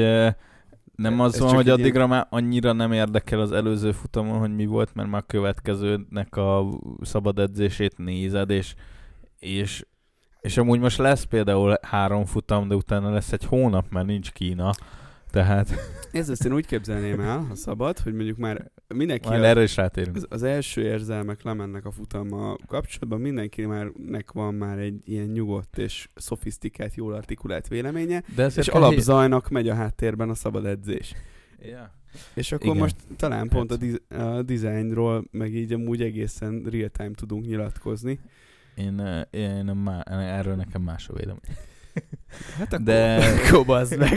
nem az ez van, hogy addigra ilyen... már annyira nem érdekel az előző futamon, hogy mi volt, mert már a következőnek a szabad edzését nézed, és, és, és amúgy most lesz például három futam, de utána lesz egy hónap, mert nincs Kína. Tehát... Ez azt én úgy képzelném el, ha szabad, hogy mondjuk már mindenki... Majd erre is rátérünk. Az, az első érzelmek lemennek a futammal kapcsolatban, mindenkinek van már egy ilyen nyugodt és szofisztikált, jól artikulált véleménye, de és alapzajnak megy a háttérben a szabad edzés. Yeah. És akkor igen. Most talán pont a, diz- a dizájnról meg így amúgy egészen real-time tudunk nyilatkozni. Én, én má, erről nekem más a vélemény. Hát akkor de kobazd meg.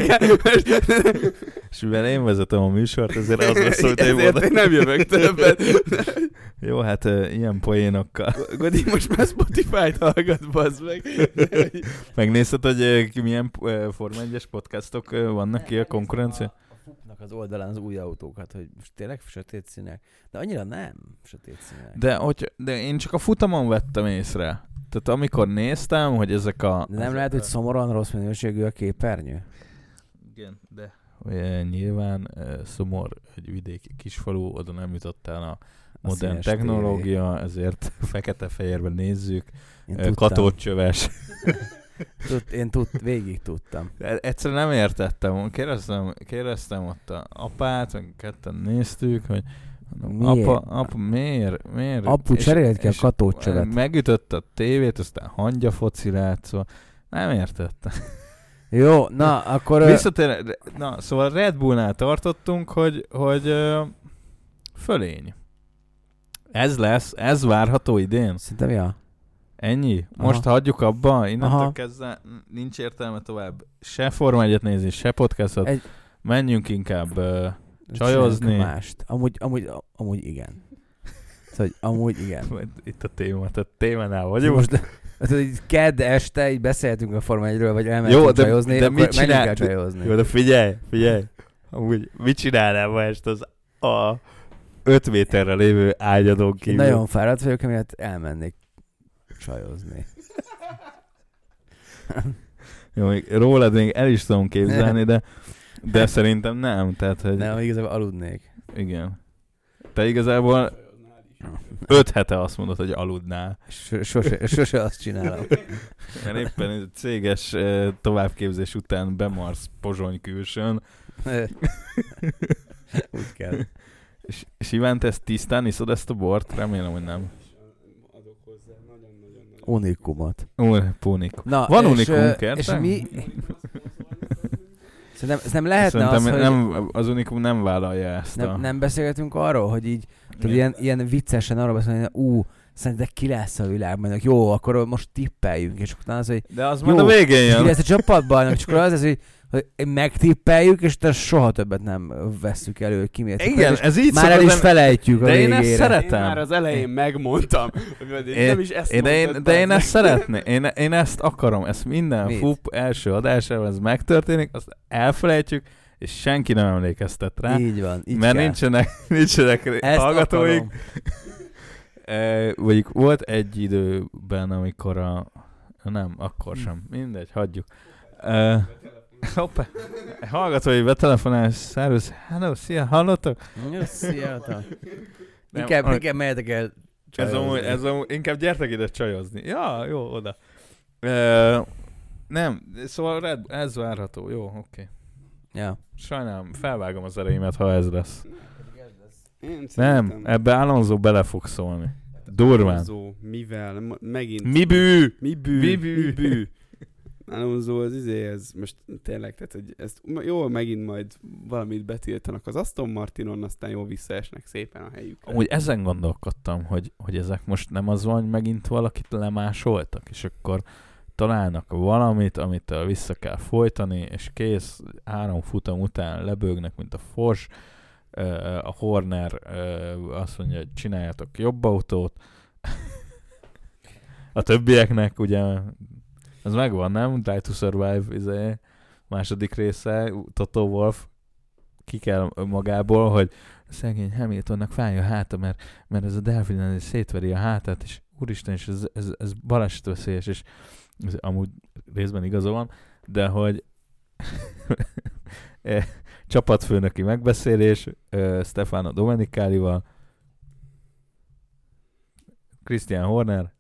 És mivel én vezetem a műsort, ezért az lesz, hogy én ezért én nem jövök többet. Jó, hát uh, ilyen poénokkal. Godi, most már Spotify-t hallgat, bazd meg. Megnézted, hogy uh, milyen uh, Forma egyes podcastok uh, vannak ki a konkurencia? Futnak az oldalán az új autókat, hogy most tényleg sötét színek. De annyira nem sötét színek. De, hogy, de én csak a futamon vettem észre. Tehát amikor néztem, hogy ezek a... De nem lehet, hogy szomorúan rossz minőségű a képernyő? Igen, de ugye, nyilván uh, szomor, egy vidéki kisfalu, oda nem jutottál a modern technológia, tévé. Ezért fekete-fehérben nézzük, uh, katódcsöves. Tud, én tud, végig tudtam. Egyszerűen nem értettem. Kérdeztem, kérdeztem ott a apát, meg ketten néztük, hogy miért? Apa, apa, miért? miért? Apu, cserélt ki a katócsövet. Megütötte a tévét, aztán hangya foci lát, szóval nem értettem. Jó, na, akkor... Visszatér, na, szóval Red Bullnál tartottunk, hogy, hogy uh, fölény. Ez lesz, ez várható idén? Szerintem, ja. Ennyi? Aha. Most hagyjuk abba, innentől Aha. kezdve nincs értelme tovább se Forma egyet nézni, se podcastot. Egy... Menjünk inkább uh, csajozni. Mást. Amúgy, amúgy, amúgy igen. Szóval, hogy amúgy igen. Itt a téma, tehát témánál vagyunk. Most kedd este így beszéltünk a Forma egyről, vagy elmentünk jó, de, csajozni, de akkor mit csinál... menjünk el csajozni. Jó, de figyelj, figyelj. Amúgy mit csinálnál ma este az a öt méterre lévő ágyadon kívül? Nagyon fáradt vagyok, emiatt elmennék csajozni. Jó, még rólad még el is tudom képzelni, de, de szerintem nem. Tehát, hogy... Nem, igazából aludnék. Igen. Te igazából öt hete azt mondod, hogy aludnál. Sose, sose azt csinálom. Mert éppen egy céges továbbképzés után bemarsz Pozsony külsőn. Úgy kell. És, és Iván, te ezt tisztán iszod ezt a bort? Remélem, hogy nem. Unikumot. Ó, unikum. Na, van és, unikum, kértem? És mi... Szerintem ez nem lehetne Szerintem az, nem, hogy... az unikum nem vállalja ezt nem, a... nem beszélgetünk arról, hogy így tudod, ilyen, ilyen viccesen arról beszélni, hogy ú, szerinted ki lesz a világban, jó, akkor most tippeljünk, és utána az, hogy de az majd a végén jön. Ki lesz a csapatban, csak az, az hogy, hogy megtippeljük, és te soha többet nem vesszük elő, hogy ki miért igen, ez így már el is felejtjük a de végére. én ezt szeretem. Én már az elején megmondtam, hogy én, én nem is ezt én, de, én, de én ezt szeretném, én, én ezt akarom, ezt minden Mit? fup első adásában ez megtörténik, azt elfelejtjük, és senki nem emlékeztet rá. Így van, így mert kell. nincsenek, nincsenek Ezt hallgatóik. akarom. E, vagy volt egy időben, amikor a... Nem, akkor sem. Mindegy, hagyjuk. E, hoppá. Hallgatói betelefonálás, szervusz, hello, szia, hallottok? Jó, sziasztok. Nem, Inkább, a- inkább mehetek el Ez csajozni. amúgy, ez amúgy, inkább gyertek ide csajozni. Ja, jó, oda. E, nem, szóval Red, ez várható. Jó, oké. Okay. Ja. Sajnálom, felvágom az ereimet, ha ez lesz. Én Nem, ebbe Alonso bele fog szólni. Durván. Alonso, mivel? M- megint... Mi bű? Mi bű? Mi bű? Mi bű? Alonso az izé, ez most tényleg, tehát hogy ezt jó, megint majd valamit betiltanak az Aston Martinon, aztán jól visszaesnek szépen a helyükre. Amúgy ezen gondolkodtam, hogy, hogy ezek most nem az van, hogy megint valakit lemásoltak, és akkor találnak valamit, amit vissza kell folytani, és kész, három futam után lebőgnek, mint a Fors. A Horner azt mondja, hogy csináljatok jobb autót. A többieknek ugye az megvan, nem? Drive to Survive izé, második része, Toto Wolff ki kell magából, hogy szegény Hamiltonnak fáj a háta, mert, mert ez a Delfinen szétveri a hátát, és úristen, és ez, ez, ez balesetveszélyes, és ez amúgy részben igaza van, de hogy csapatfőnöki megbeszélés uh, Stefano Domenicalival, Christian Horner,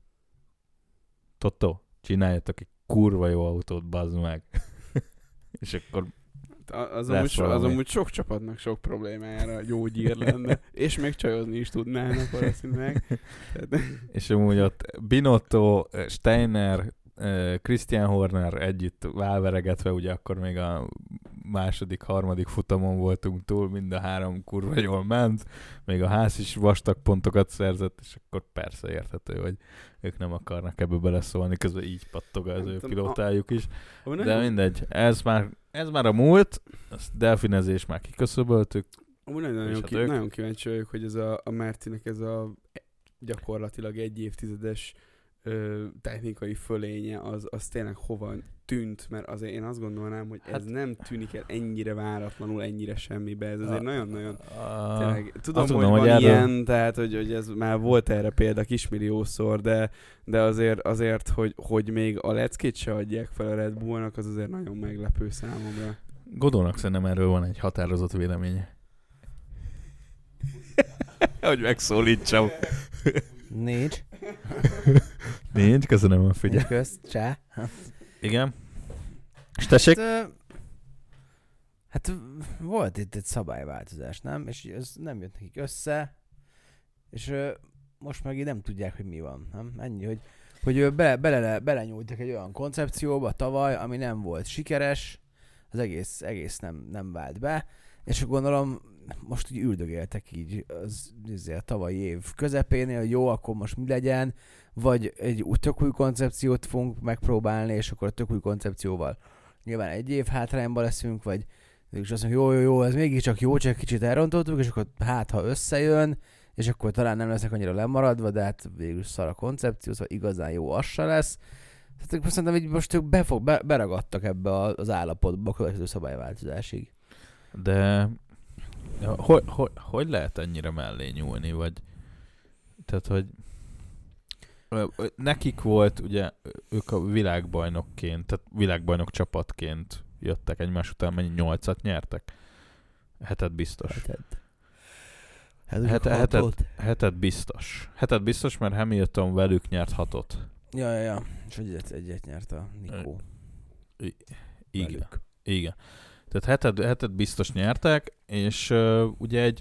Toto, csináljatok egy kurva jó autót, bazd meg. És akkor az amúgy, so, az amúgy sok csapatnak sok problémájára gyógyír lenne, és még csajozni is tudnának valószínűleg. És amúgy ott Binotto, Steiner, Christian Horner együtt válveregetve, ugye akkor még a második, harmadik futamon voltunk túl, mind a három kurva jól ment, még a ház is vastag pontokat szerzett, és akkor persze érthető, hogy ők nem akarnak ebbe beleszólni, közben így pattog az ő pilótájuk is. De mindegy, ez már, ez már a múlt, ezt delfinezés már kiköszöböltük. Amúgy nagyon, nagyon, ki, nagyon kíváncsi vagyok, hogy ez a, a Mercinek ez a gyakorlatilag egy évtizedes ö, technikai fölénye, az, az tényleg hova tűnt, mert azért én azt gondolnám, hogy ez hát, nem tűnik el ennyire váratlanul, ennyire semmibe, ez azért nagyon-nagyon tényleg, tudom, tudom, hogy van hogy ilyen, erről... tehát, hogy, hogy ez már volt erre példa kismilliószor, de, de azért, azért hogy, hogy még a leckét se adják fel a Red Bullnak, az azért nagyon meglepő számomra. Godónak szerintem erről van egy határozott véleménye. hogy megszólítsam. Négy. Nincs, köszönöm a figyelmet. Kösz, csá. Igen. És tessék? Hát, hát volt itt egy szabályváltozás, nem? És ez nem jött nekik össze, és most meg így nem tudják, hogy mi van, nem? Ennyi, hogy, hogy be, bele, belenyúltak egy olyan koncepcióba tavaly, ami nem volt sikeres, az egész, egész nem, nem vált be, és gondolom most úgy üldögéltek így az, az a tavalyi év közepénél, hogy jó, akkor most mi legyen, vagy egy tök új koncepciót fogunk megpróbálni, és akkor a tök új koncepcióval nyilván egy év hátrányban leszünk, vagy és azt mondjuk, jó, jó, jó, ez mégiscsak jó, csak kicsit elrontottuk, és akkor hát, ha összejön, és akkor talán nem leszek annyira lemaradva, de hát végül szar a koncepció, szóval igazán jó az se lesz. Tehát szerintem, hogy most ők befog, be, beragadtak ebbe az állapotba a következő szabályváltozásig. De hogy, hogy, hogy lehet ennyire mellé nyúlni, vagy tehát, hogy nekik volt, ugye, ők a világbajnokként, tehát világbajnok csapatként jöttek egymás után, mennyi nyolcat nyertek? Hetet biztos. Hetet. Hetet, hetet, hetet biztos. Hetet biztos, mert Hamilton velük nyert hatot. Ja, ja, ja. És egyet, egyet nyert a Nikó. I- igen. Velük. Igen. Tehát hetet, hetet biztos nyertek, és uh, ugye egy,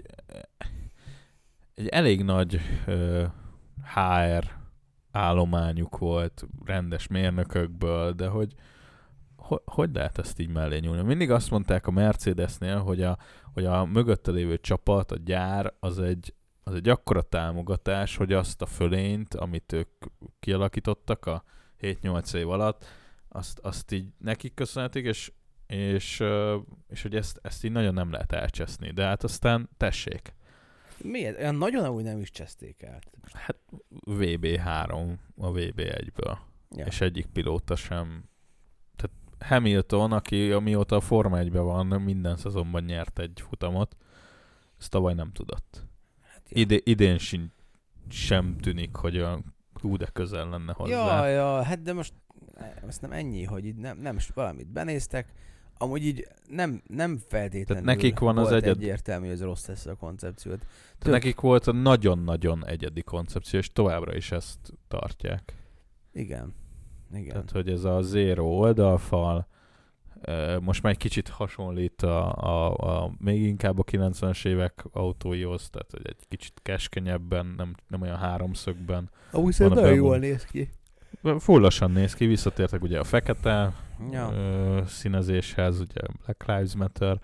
egy elég nagy uh, há er állományuk volt rendes mérnökökből, de hogy hogy, hogy lehet ezt így mellé nyúlni? Mindig azt mondták a Mercedesnél, hogy a, hogy a mögötte lévő csapat, a gyár, az egy, az egy akkora támogatás, hogy azt a fölényt, amit ők kialakítottak a hét-nyolc év alatt, azt, azt így nekik köszönhetik, és, és, és hogy ezt, ezt így nagyon nem lehet elcseszni. De hát aztán tessék. Miért? Olyan nagyon úgy nem is cseszték el. Hát vé bé három a vé bé egyből. Ja. És egyik pilóta sem. Tehát Hamilton, aki amióta a Forma egyben van, minden szezonban nyert egy futamot, ezt tavaly nem tudott. Hát Ide, idén sin, sem tűnik, hogy olyan hú, de közel lenne hozzá. Ja, ja, hát de most ezt nem ennyi, hogy így nem, nem valamit benéztek, amúgy így nem, nem feltétlenül nekik van volt az egyed... egyértelmű, hogy ez rossz lesz a koncepciót. Tök... Nekik volt a nagyon-nagyon egyedi koncepció, és továbbra is ezt tartják. Igen. Igen. Tehát, hogy ez a zero oldalfal, most már egy kicsit hasonlít a, a, a még inkább a kilencvenes évek autóihoz, tehát hogy egy kicsit keskenyebben, nem, nem olyan háromszögben. Amúgy szerintem nagyon jól néz ki. Fullosan néz ki, visszatértek ugye a fekete ja. ö, színezéshez, ugye Black Lives Matter.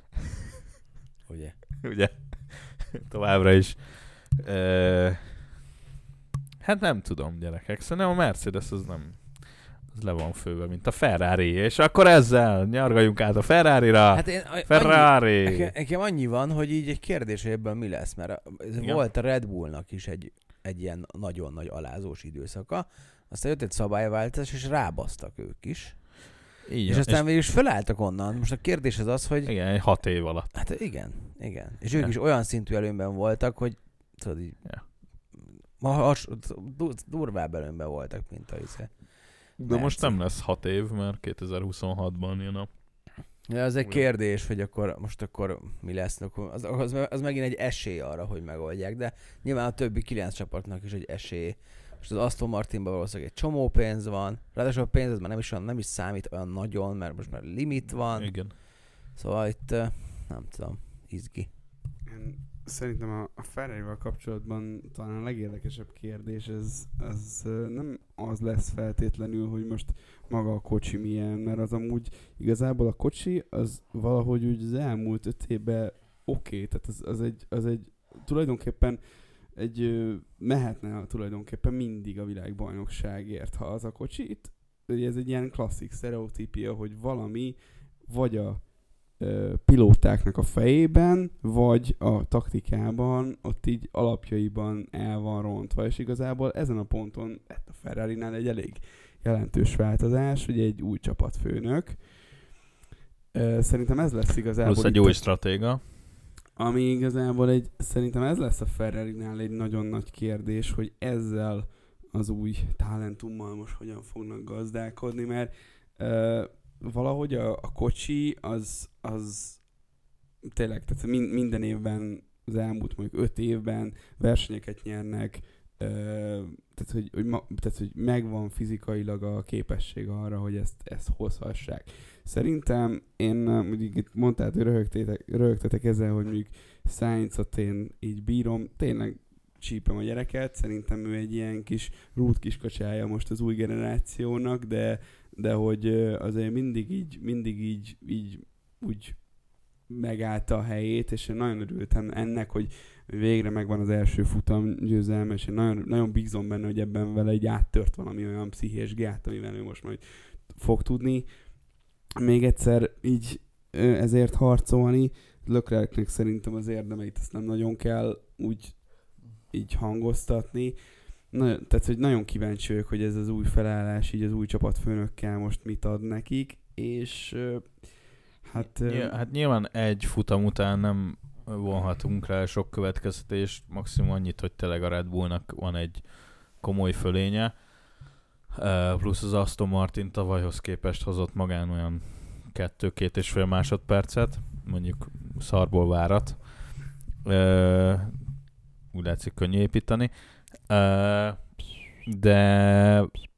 Ugye? Ugye? Továbbra is. Ö, hát nem tudom, gyerekek. Szerintem a Mercedes az nem az le van főve, mint a Ferrari. És akkor ezzel nyargaljunk át a Ferrarira. Hát én, Ferrari! Annyi, nekem annyi van, hogy így egy kérdés, hogy ebben mi lesz, mert ja. volt a Red Bullnak is egy, egy ilyen nagyon nagy alázós időszaka. Aztán jött egy szabályváltozás, és rábasztak ők is. Igen. És aztán végül is felálltak onnan. Most a kérdés az az, hogy... Igen, hat év alatt. Hát igen, igen. És ők ja. is olyan szintű előnyben voltak, hogy tudod így... Ja. Ma has, durvább előnyben voltak, mint a hisze. De most nem lesz hat év, mert kétezer-huszonhatban jön a... Ja, az egy kérdés, hogy akkor most akkor mi lesz. Az, az, az megint egy esély arra, hogy megoldják, de nyilván a többi kilenc csapatnak is egy esély. Most az Aston Martinban valószínűleg egy csomó pénz van, ráadásul a pénz az már nem is, nem is számít olyan nagyon, mert most már limit van. Igen. Szóval itt nem tudom, izgi. Én szerintem a, a Ferrari-val kapcsolatban talán a legérdekesebb kérdés, ez, ez nem az lesz feltétlenül, hogy most maga a kocsi milyen, mert az amúgy igazából a kocsi az valahogy úgy az elmúlt öt évben oké, okay, tehát az, az, egy, az egy tulajdonképpen egy mehetne tulajdonképpen mindig a világbajnokságért, ha az a kocsi. Itt ez egy ilyen klasszik sztereotípia, hogy valami vagy a ö, pilótáknak a fejében, vagy a taktikában, ott így alapjaiban el van rontva, és igazából ezen a ponton lett a Ferrarinál egy elég jelentős változás, ugye egy új csapatfőnök. Ö, szerintem ez lesz igazából... Plusz egy új stratéga. Ami igazából egy, szerintem ez lesz a Ferrarinál egy nagyon nagy kérdés, hogy ezzel az új talentummal most hogyan fognak gazdálkodni, mert uh, valahogy a, a kocsi az, az tényleg, tehát min, minden évben, az elmúlt mondjuk öt évben versenyeket nyernek, tehát, hogy, hogy ma, tehát, hogy megvan fizikailag a képesség arra, hogy ezt, ezt hozhassák. Szerintem én, mondjuk itt mondtál, hogy röhögtétek, röhögtetek ezzel, hogy mondjuk Sainzot én így bírom, tényleg csípem a gyereket, szerintem ő egy ilyen kis rút kiskacsája most az új generációnak, de, de hogy azért mindig így, mindig így, így úgy megállta a helyét, és én nagyon örültem ennek, hogy végre megvan az első futam győzelme, és én nagyon, nagyon bízom benne, hogy ebben vele egy áttört valami olyan pszichés gát, amivel ő most majd fog tudni még egyszer így ezért harcolni. Leclercnek szerintem az érdemeit azt nem nagyon kell úgy így hangoztatni. Na, tehát, hogy nagyon kíváncsi vagyok, hogy ez az új felállás, így az új csapatfőnökkel most mit ad nekik, és hát... Ja, hát nyilván egy futam után nem vonhatunk rá sok következtetést, maximum annyit, hogy tényleg a Red Bullnak van egy komoly fölénye, plusz az Aston Martin tavalyhoz képest hozott magán olyan kettő-két és fél másodpercet, mondjuk szarból várat. Úgy látszik könnyű építeni. De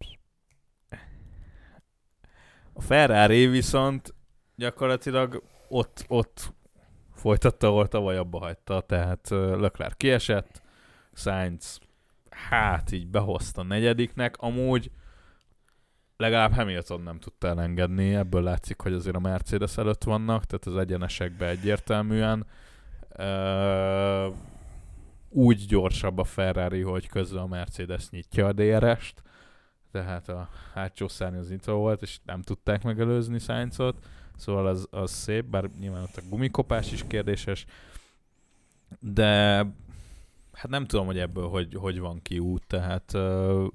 a Ferrari viszont gyakorlatilag ott, ott folytatta, ahol tavaly abba hagyta, tehát Leclerc kiesett, Sainz hát így behozta a negyediknek, amúgy legalább Hamilton nem tudta elengedni, ebből látszik, hogy azért a Mercedes előtt vannak, tehát az egyenesekben egyértelműen uh, úgy gyorsabb a Ferrari, hogy közben a Mercedes nyitja a dé er est, tehát a hátsó szárny az nyitva volt, és nem tudták megelőzni Sainzot, szóval az, az szép, bár nyilván ott a gumikopás is kérdéses, de hát nem tudom, hogy ebből hogy, hogy van ki út, tehát uh,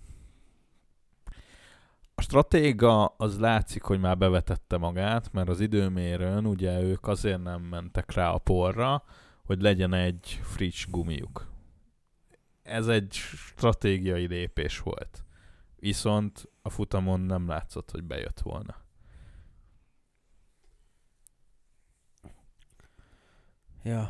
a stratéga az látszik, hogy már bevetette magát, mert az időmérőn ugye ők azért nem mentek rá a porra, hogy legyen egy friss gumijuk. Ez egy stratégiai lépés volt. Viszont a futamon nem látszott, hogy bejött volna. Ja.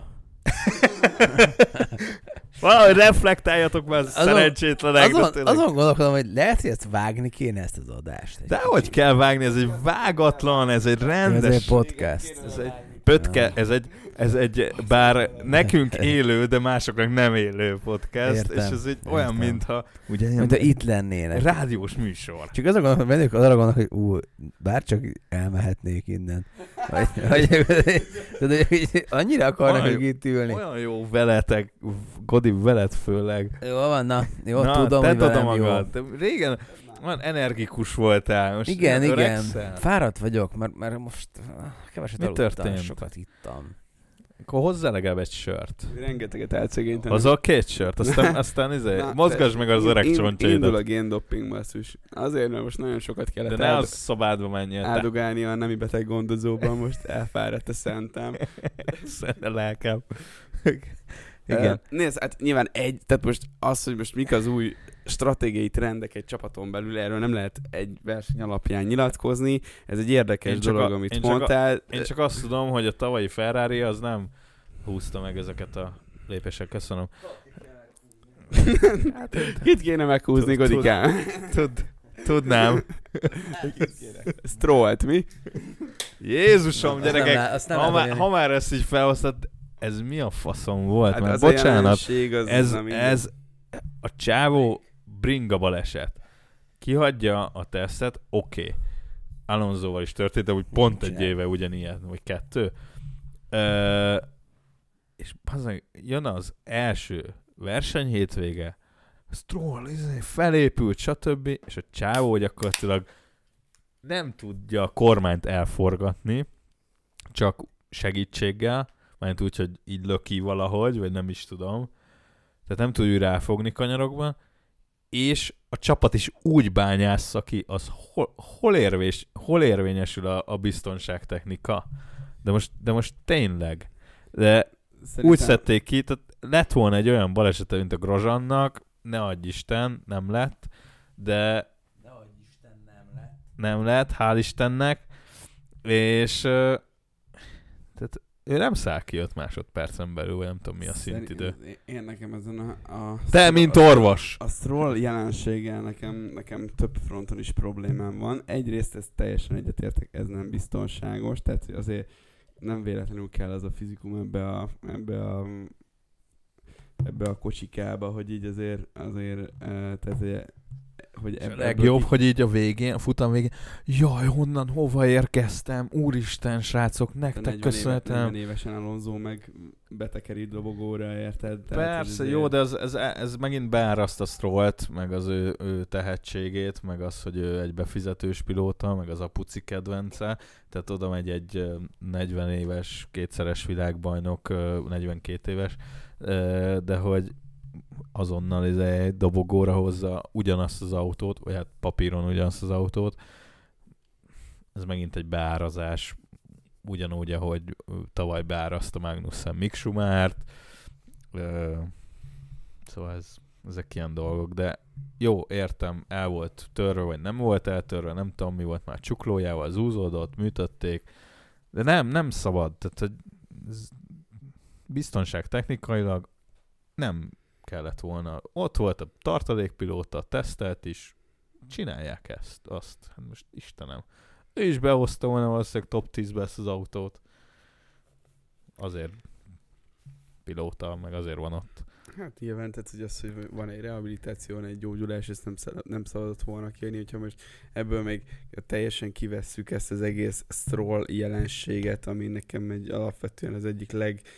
Valahogy reflektáljatok már, szerencsétlenek. Azon, azon gondolkodom, hogy lehet, hogy ezt vágni kéne, ezt az adást. De hogy kell vágni? Ez egy vágatlan, ez egy rendes... Ez egy podcast. Ez egy pötke, ez egy, ez egy bár nekünk élő, de másoknak nem élő podcast, értem, és ez egy olyan, értem. mintha... Ugye, mintha itt lennének. Rádiós műsor. Csak azon gondolom, hogy bennük arra gondolok, hogy ú, bárcsak elmehetnék innen. Vagy, vagy, vagy, annyira akarnak olyan, itt ülni. Olyan jó veletek, Godi, veled főleg. Jó van, na, jó, na, tudom, hogy velem magad. Jó. Régen olyan energikus voltál. Most igen, igen. Rekszel. Fáradt vagyok, mert, mert most keveset aludtam, sokat ittam. Akkor hozzá legalább egy sört. Rengeteget elszegénytenem. Hozzá két sört, aztán, aztán izé, na, mozgasd meg az öreg csontjaidat. Indul a géndopping basszus. Azért, mert most nagyon sokat kellett de ne áld... a szobádba menjél. Áldogálni a nemi beteg gondozóban, most elfáradt a szentem. Szent a lelkem. Igen. Uh, nézd, hát nyilván egy, tehát most az, hogy most mik az új stratégiai trendek egy csapaton belül, erről nem lehet egy verseny alapján nyilatkozni. Ez egy érdekes dolog, a, amit én mondtál. Csak a, én csak azt tudom, hogy a tavalyi Ferrari az nem húzta meg ezeket a lépések. Köszönöm. Hát, kit kéne meghúzni, Godikám? Tud, tudnám. Strollt, mi? Jézusom, gyerekek, azt nem, ha, nem már, ha már ezt így felhoztad, ez mi a faszom volt? Hát mert bocsánat, az ez, ez a csávó bringa baleset. Kihagyja a tesztet, oké. Okay. Alonsoval is történt, hogy pont egy éve ugyanilyen, vagy kettő. Ö, és bazdmeg, jön az első verseny hétvége, Stroll felépült, stb. És a csávó gyakorlatilag nem tudja a kormányt elforgatni, csak segítséggel, mert úgy, hogy így löki valahogy, vagy nem is tudom. Tehát nem tudja ráfogni kanyarokban, és a csapat is úgy bányásza ki, az hol, hol, érvés, hol érvényesül a, a biztonságtechnika. De most, de most tényleg. De szerintem... úgy szedték ki, tehát lett volna egy olyan balesete, mint a Grosjeannak, ne adj Isten, nem lett, de ne adj Isten, nem lett. Nem lett, hál' Istennek, és tehát ő nem száll ki öt másodpercen belül, nem tudom mi a Szerint, szintidő. Én nekem ezen a... a Te, mint orvos! A, a Stroll jelenséggel nekem, nekem több fronton is problémám van. Egyrészt ez teljesen egyetértek, ez nem biztonságos, tehát azért nem véletlenül kell az a fizikum ebbe a, ebbe a, ebbe a kocsikába, hogy így azért, azért tehát hogy ebb, legjobb, így... hogy így a végén, a futam végén, jaj, honnan, hova érkeztem, úristen, srácok, nektek köszönhetem. negyven évesen Alonso meg betekerít dobogóra, érted? Persze, jó, azért... de ez, ez, ez megint beáraszt a Strollt, meg az ő, ő tehetségét, meg az, hogy ő egy befizetős pilóta, meg az apuci kedvence, tehát oda megy egy negyven éves, kétszeres világbajnok, negyvenkét éves, de hogy azonnal egy dobogóra hozza ugyanazt az autót, vagy hát papíron ugyanazt az autót. Ez megint egy beárazás, ugyanúgy, ahogy tavaly beáraszta Magnussen Mick Schumachert. Szóval ez, ezek ilyen dolgok, de jó, értem, el volt törve, vagy nem volt eltörve, nem tudom, mi volt már csuklójával, zúzódott, műtötték, de nem, nem szabad. Tehát, hogy biztonság technikailag nem kellett volna. Ott volt a tartalékpilóta, tesztelt is, csinálják ezt, azt. Hát most Istenem. Ő is behozta volna valószínűleg top tízbe ezt az autót. Azért pilóta, meg azért van ott. Hát nyilván, tehát hogy az, hogy van egy rehabilitáció, van egy gyógyulás, ezt nem, szal- nem szabadott volna kijönni, hogyha most ebből még teljesen kivesszük ezt az egész Stroll jelenséget, ami nekem egy alapvetően az egyik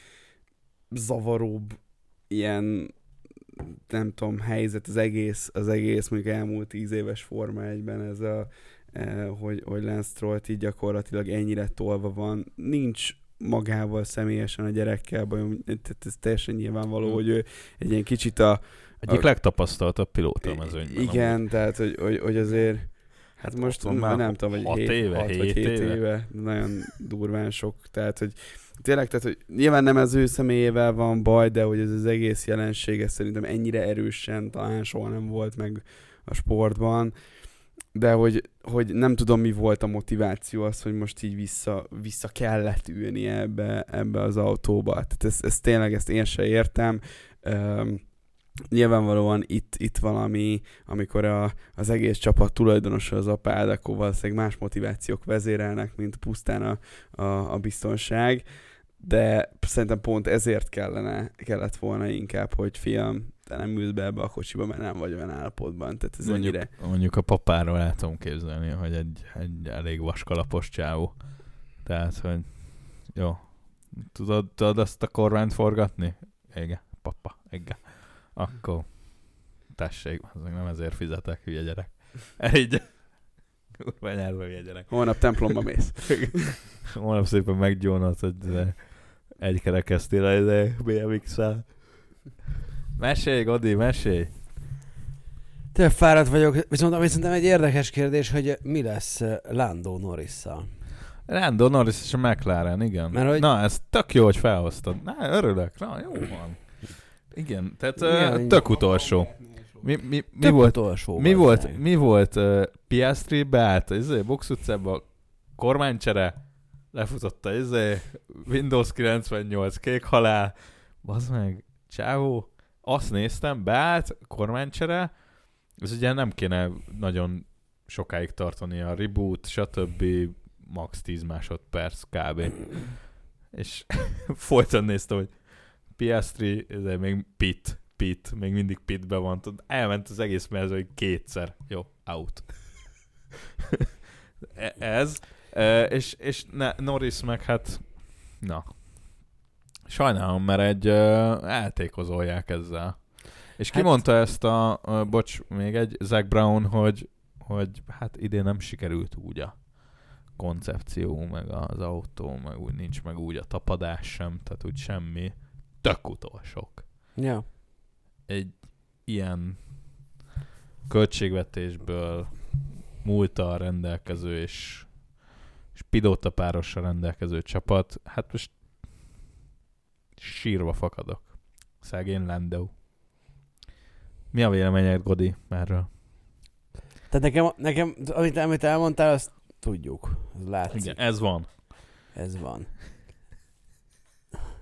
legzavaróbb ilyen nem tudom, helyzet, az egész, az egész mondjuk elmúlt tíz éves Forma egyben ez a, eh, hogy, hogy Lance Strollt így gyakorlatilag ennyire tolva van. Nincs magával személyesen a gyerekkel bajom, tehát ez teljesen nyilvánvaló, hmm. hogy ő egy ilyen kicsit a... Egyik a, legtapasztaltabb pilóta a mezőnyben. Igen, amúgy. Tehát, hogy, hogy, hogy azért hát most már nem tudom, hogy hat hét, éve, hat hét vagy hét éve. éve, nagyon durván sok, tehát, hogy tényleg, tehát, hogy nyilván nem az ő személyével van baj, de hogy ez az egész jelensége szerintem ennyire erősen talán soha nem volt meg a sportban, de hogy, hogy nem tudom, mi volt a motiváció az, hogy most így vissza, vissza kellett ülni ebbe, ebbe az autóba. Tehát ezt, ezt tényleg, ezt én se értem. Um, Nyilvánvalóan itt, itt valami, amikor a, az egész csapat tulajdonosa az apád, akkor valószínűleg más motivációk vezérelnek, mint pusztán a, a, a biztonság, de szerintem pont ezért kellene, kellett volna inkább, hogy fiam, te nem ülsz be ebbe a kocsiba, mert nem vagy olyan állapotban. Tehát ez mondjuk, ennyire... mondjuk a papáról el tudom képzelni, hogy egy, egy elég vaskalapos csávó. Tehát, hogy jó, tudod, tudod azt a kormányt forgatni? Igen, papa, igen. Akkor tessék, nem ezért fizetek, hülye gyerek. Egy kurva nyelvű hülye gyerek. Holnap templomba mész. Holnap szépen meggyónod, hogy egy kerekesztél a bé em iksszel. Mesélj, Godi, mesélj! Több fáradt vagyok, viszont ami szerintem egy érdekes kérdés, hogy mi lesz Lando Norrisszal. Lando Norris és a McLaren, igen. Mert, hogy... Na, ez tök jó, hogy felhoztad. Na, örülök. Na, jó van. Igen, tehát igen, uh, tök utolsó. Mi, mi, mi tök volt, utolsó mi volt, mi volt uh, Piastri beállt izé, box utcába, kormánycsere, lefutotta izé, Windows kilencvennyolc, kék halál, bazd meg, csávó, azt néztem, beállt, kormánycsere, ez ugye nem kéne nagyon sokáig tartani a reboot, stb. Max tíz másodperc kb. És folyton néztem, hogy Piastri, ez még pit, pit, még mindig pitbe van. Elment az egész mezőny kétszer. Jó, out. ez. E, és és ne, Norris meg hát, na, sajnálom, mert egy uh, eltékozolják ezzel. És ki hát, mondta ezt a, uh, bocs, még egy, Zac Brown, hogy, hogy hát idén nem sikerült úgy a koncepció, meg az autó, meg úgy nincs meg úgy a tapadás sem, tehát úgy semmi. Tök utolsók. Ja. Egy ilyen költségvetésből múlttal rendelkező és, és pilótapárossal rendelkező csapat, hát most sírva fakadok. Szegény Lando. Mi a véleményed, Godi, erről? Tehát nekem, nekem amit, amit elmondtál, azt tudjuk. Az látszik. Igen, ez van. Ez van.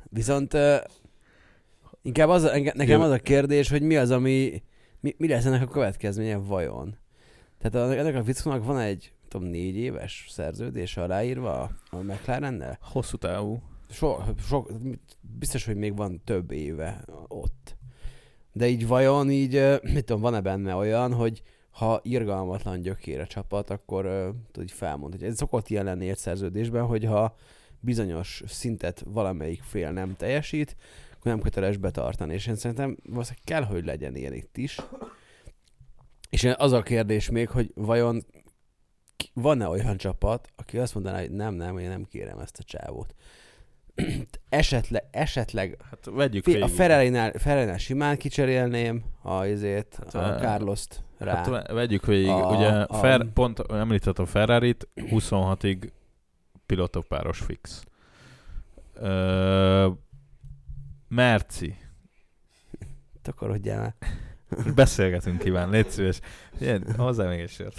Viszont uh, inkább az, nekem az a kérdés, hogy mi az, ami, mi, mi lesz ennek a következménye vajon? Tehát ennek a fickónak van egy, tudom, négy éves szerződés aláírva a McLarennel? Hosszú távú. So, so, biztos, hogy még van több éve ott. De így vajon így, mit tudom, van-e benne olyan, hogy ha irgalmatlan gyökér a csapat, akkor tudod, felmond, hogy ez szokott ilyen lenni egy szerződésben, hogy ha bizonyos szintet valamelyik fél nem teljesít, akkor nem köteles betartani. És én szerintem valószínűleg kell, hogy legyen ilyen itt is. És az a kérdés még, hogy vajon van-e olyan csapat, aki azt mondaná, hogy nem, nem, én nem kérem ezt a csávót. esetleg, esetleg hát vegyük fi, a Ferrari-nál, Ferrari-nál simán kicserélném a, azért, hát, a Carlost rá. Hát vegyük végig, a, ugye a, Fer, pont említett a Ferrarit, huszonhatig pilótapáros fix. Ö, Merci. Takarodjál már. Beszélgetünk, Iván, légy szíves. Ilyen, hozzá még egy sört.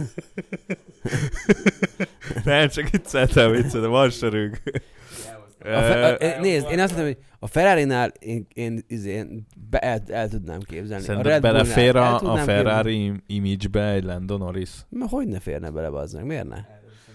Nem, csak vicceltem, vicceltem, de van sörünk. A fe- a, nézd, én azt mondom, hogy a Ferrari-nál én, én, én be, el, el tudnám képzelni. Szerinted belefér a, a Ferrari képzelni. Image-be egy Lando Norris? Ma hogy ne férne bele, bazdmeg? Miért ne?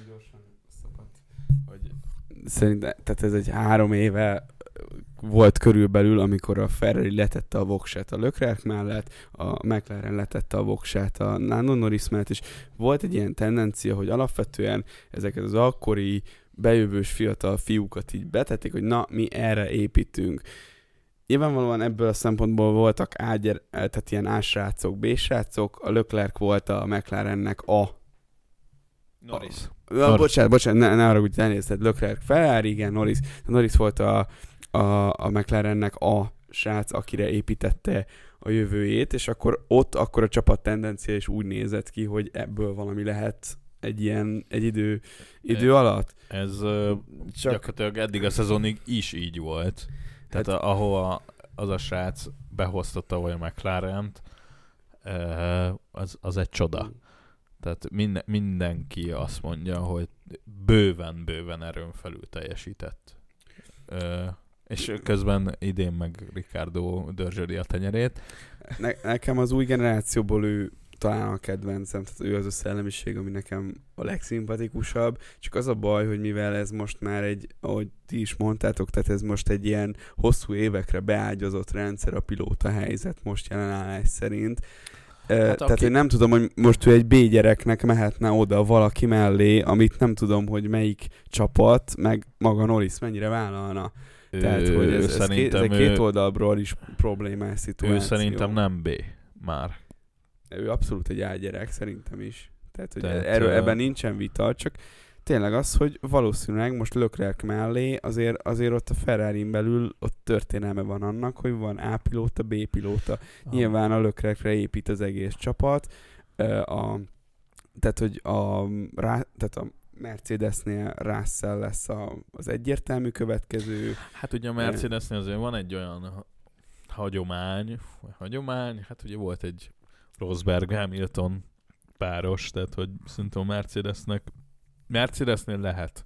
Szerintem, tehát ez egy három éve volt körülbelül, amikor a Ferrari letette a voksát a Leclerc mellett, a McLaren letette a voksát a Lando Norris mellett, és volt egy ilyen tendencia, hogy alapvetően ezeket az akkori bejövős fiatal fiúkat így betették, hogy na, mi erre építünk. Nyilvánvalóan ebből a szempontból voltak ágyer, tehát ilyen A-srácok, B-srácok, a Leclerc volt a McLarennek a Norris. A, a, bocsánat, bocsánat, ne, ne arra úgy elnézted, Leclerc Ferrari, igen, Norris. Norris volt a, a, a McLarennek a srác, akire építette a jövőjét, és akkor ott akkor a csapat tendencia is úgy nézett ki, hogy ebből valami lehet egy ilyen, egy idő, idő alatt. Ez Csak... gyakorlatilag eddig a szezonig is így volt. Tehát hát... ahova az a srác behozta tavaly a McLarent, az, az egy csoda. Tehát minden, mindenki azt mondja, hogy bőven-bőven erőn felül teljesített. És közben idén meg Ricardo dörzsöli a tenyerét. Ne, nekem az új generációból ő talán a kedvencem, tehát ő az a szellemiség, ami nekem a legszimpatikusabb, csak az a baj, hogy mivel ez most már egy, ahogy ti is mondtátok, tehát ez most egy ilyen hosszú évekre beágyazott rendszer, a pilóta helyzet most jelenállás szerint. Hát uh, tehát aki... én nem tudom, hogy most ő egy B-gyereknek mehetne oda valaki mellé, amit nem tudom, hogy melyik csapat, meg maga Norris mennyire vállalna. Ő, tehát, hogy ez, ez, két, ez egy két oldalról is problémás szituáció. Ő szerintem nem B már. Ő abszolút egy A-gyerek, szerintem is. Tehát, hogy Tehát, erről, ebben nincsen vita, csak tényleg az, hogy valószínűleg most Leclerc mellé azért, azért ott a Ferrarin belül ott történelme van annak, hogy van A-pilóta, B-pilóta. Ah. Nyilván a Leclercre épít az egész csapat. A, tehát, hogy a, rá, tehát a Mercedesnél Russell lesz a, az egyértelmű következő. Hát ugye a Mercedesnél azért van egy olyan hagyomány, hagyomány, hát ugye volt egy Rosberg-Hamilton páros, tehát hogy szerintem a Mercedesnek Mercedesnél lehet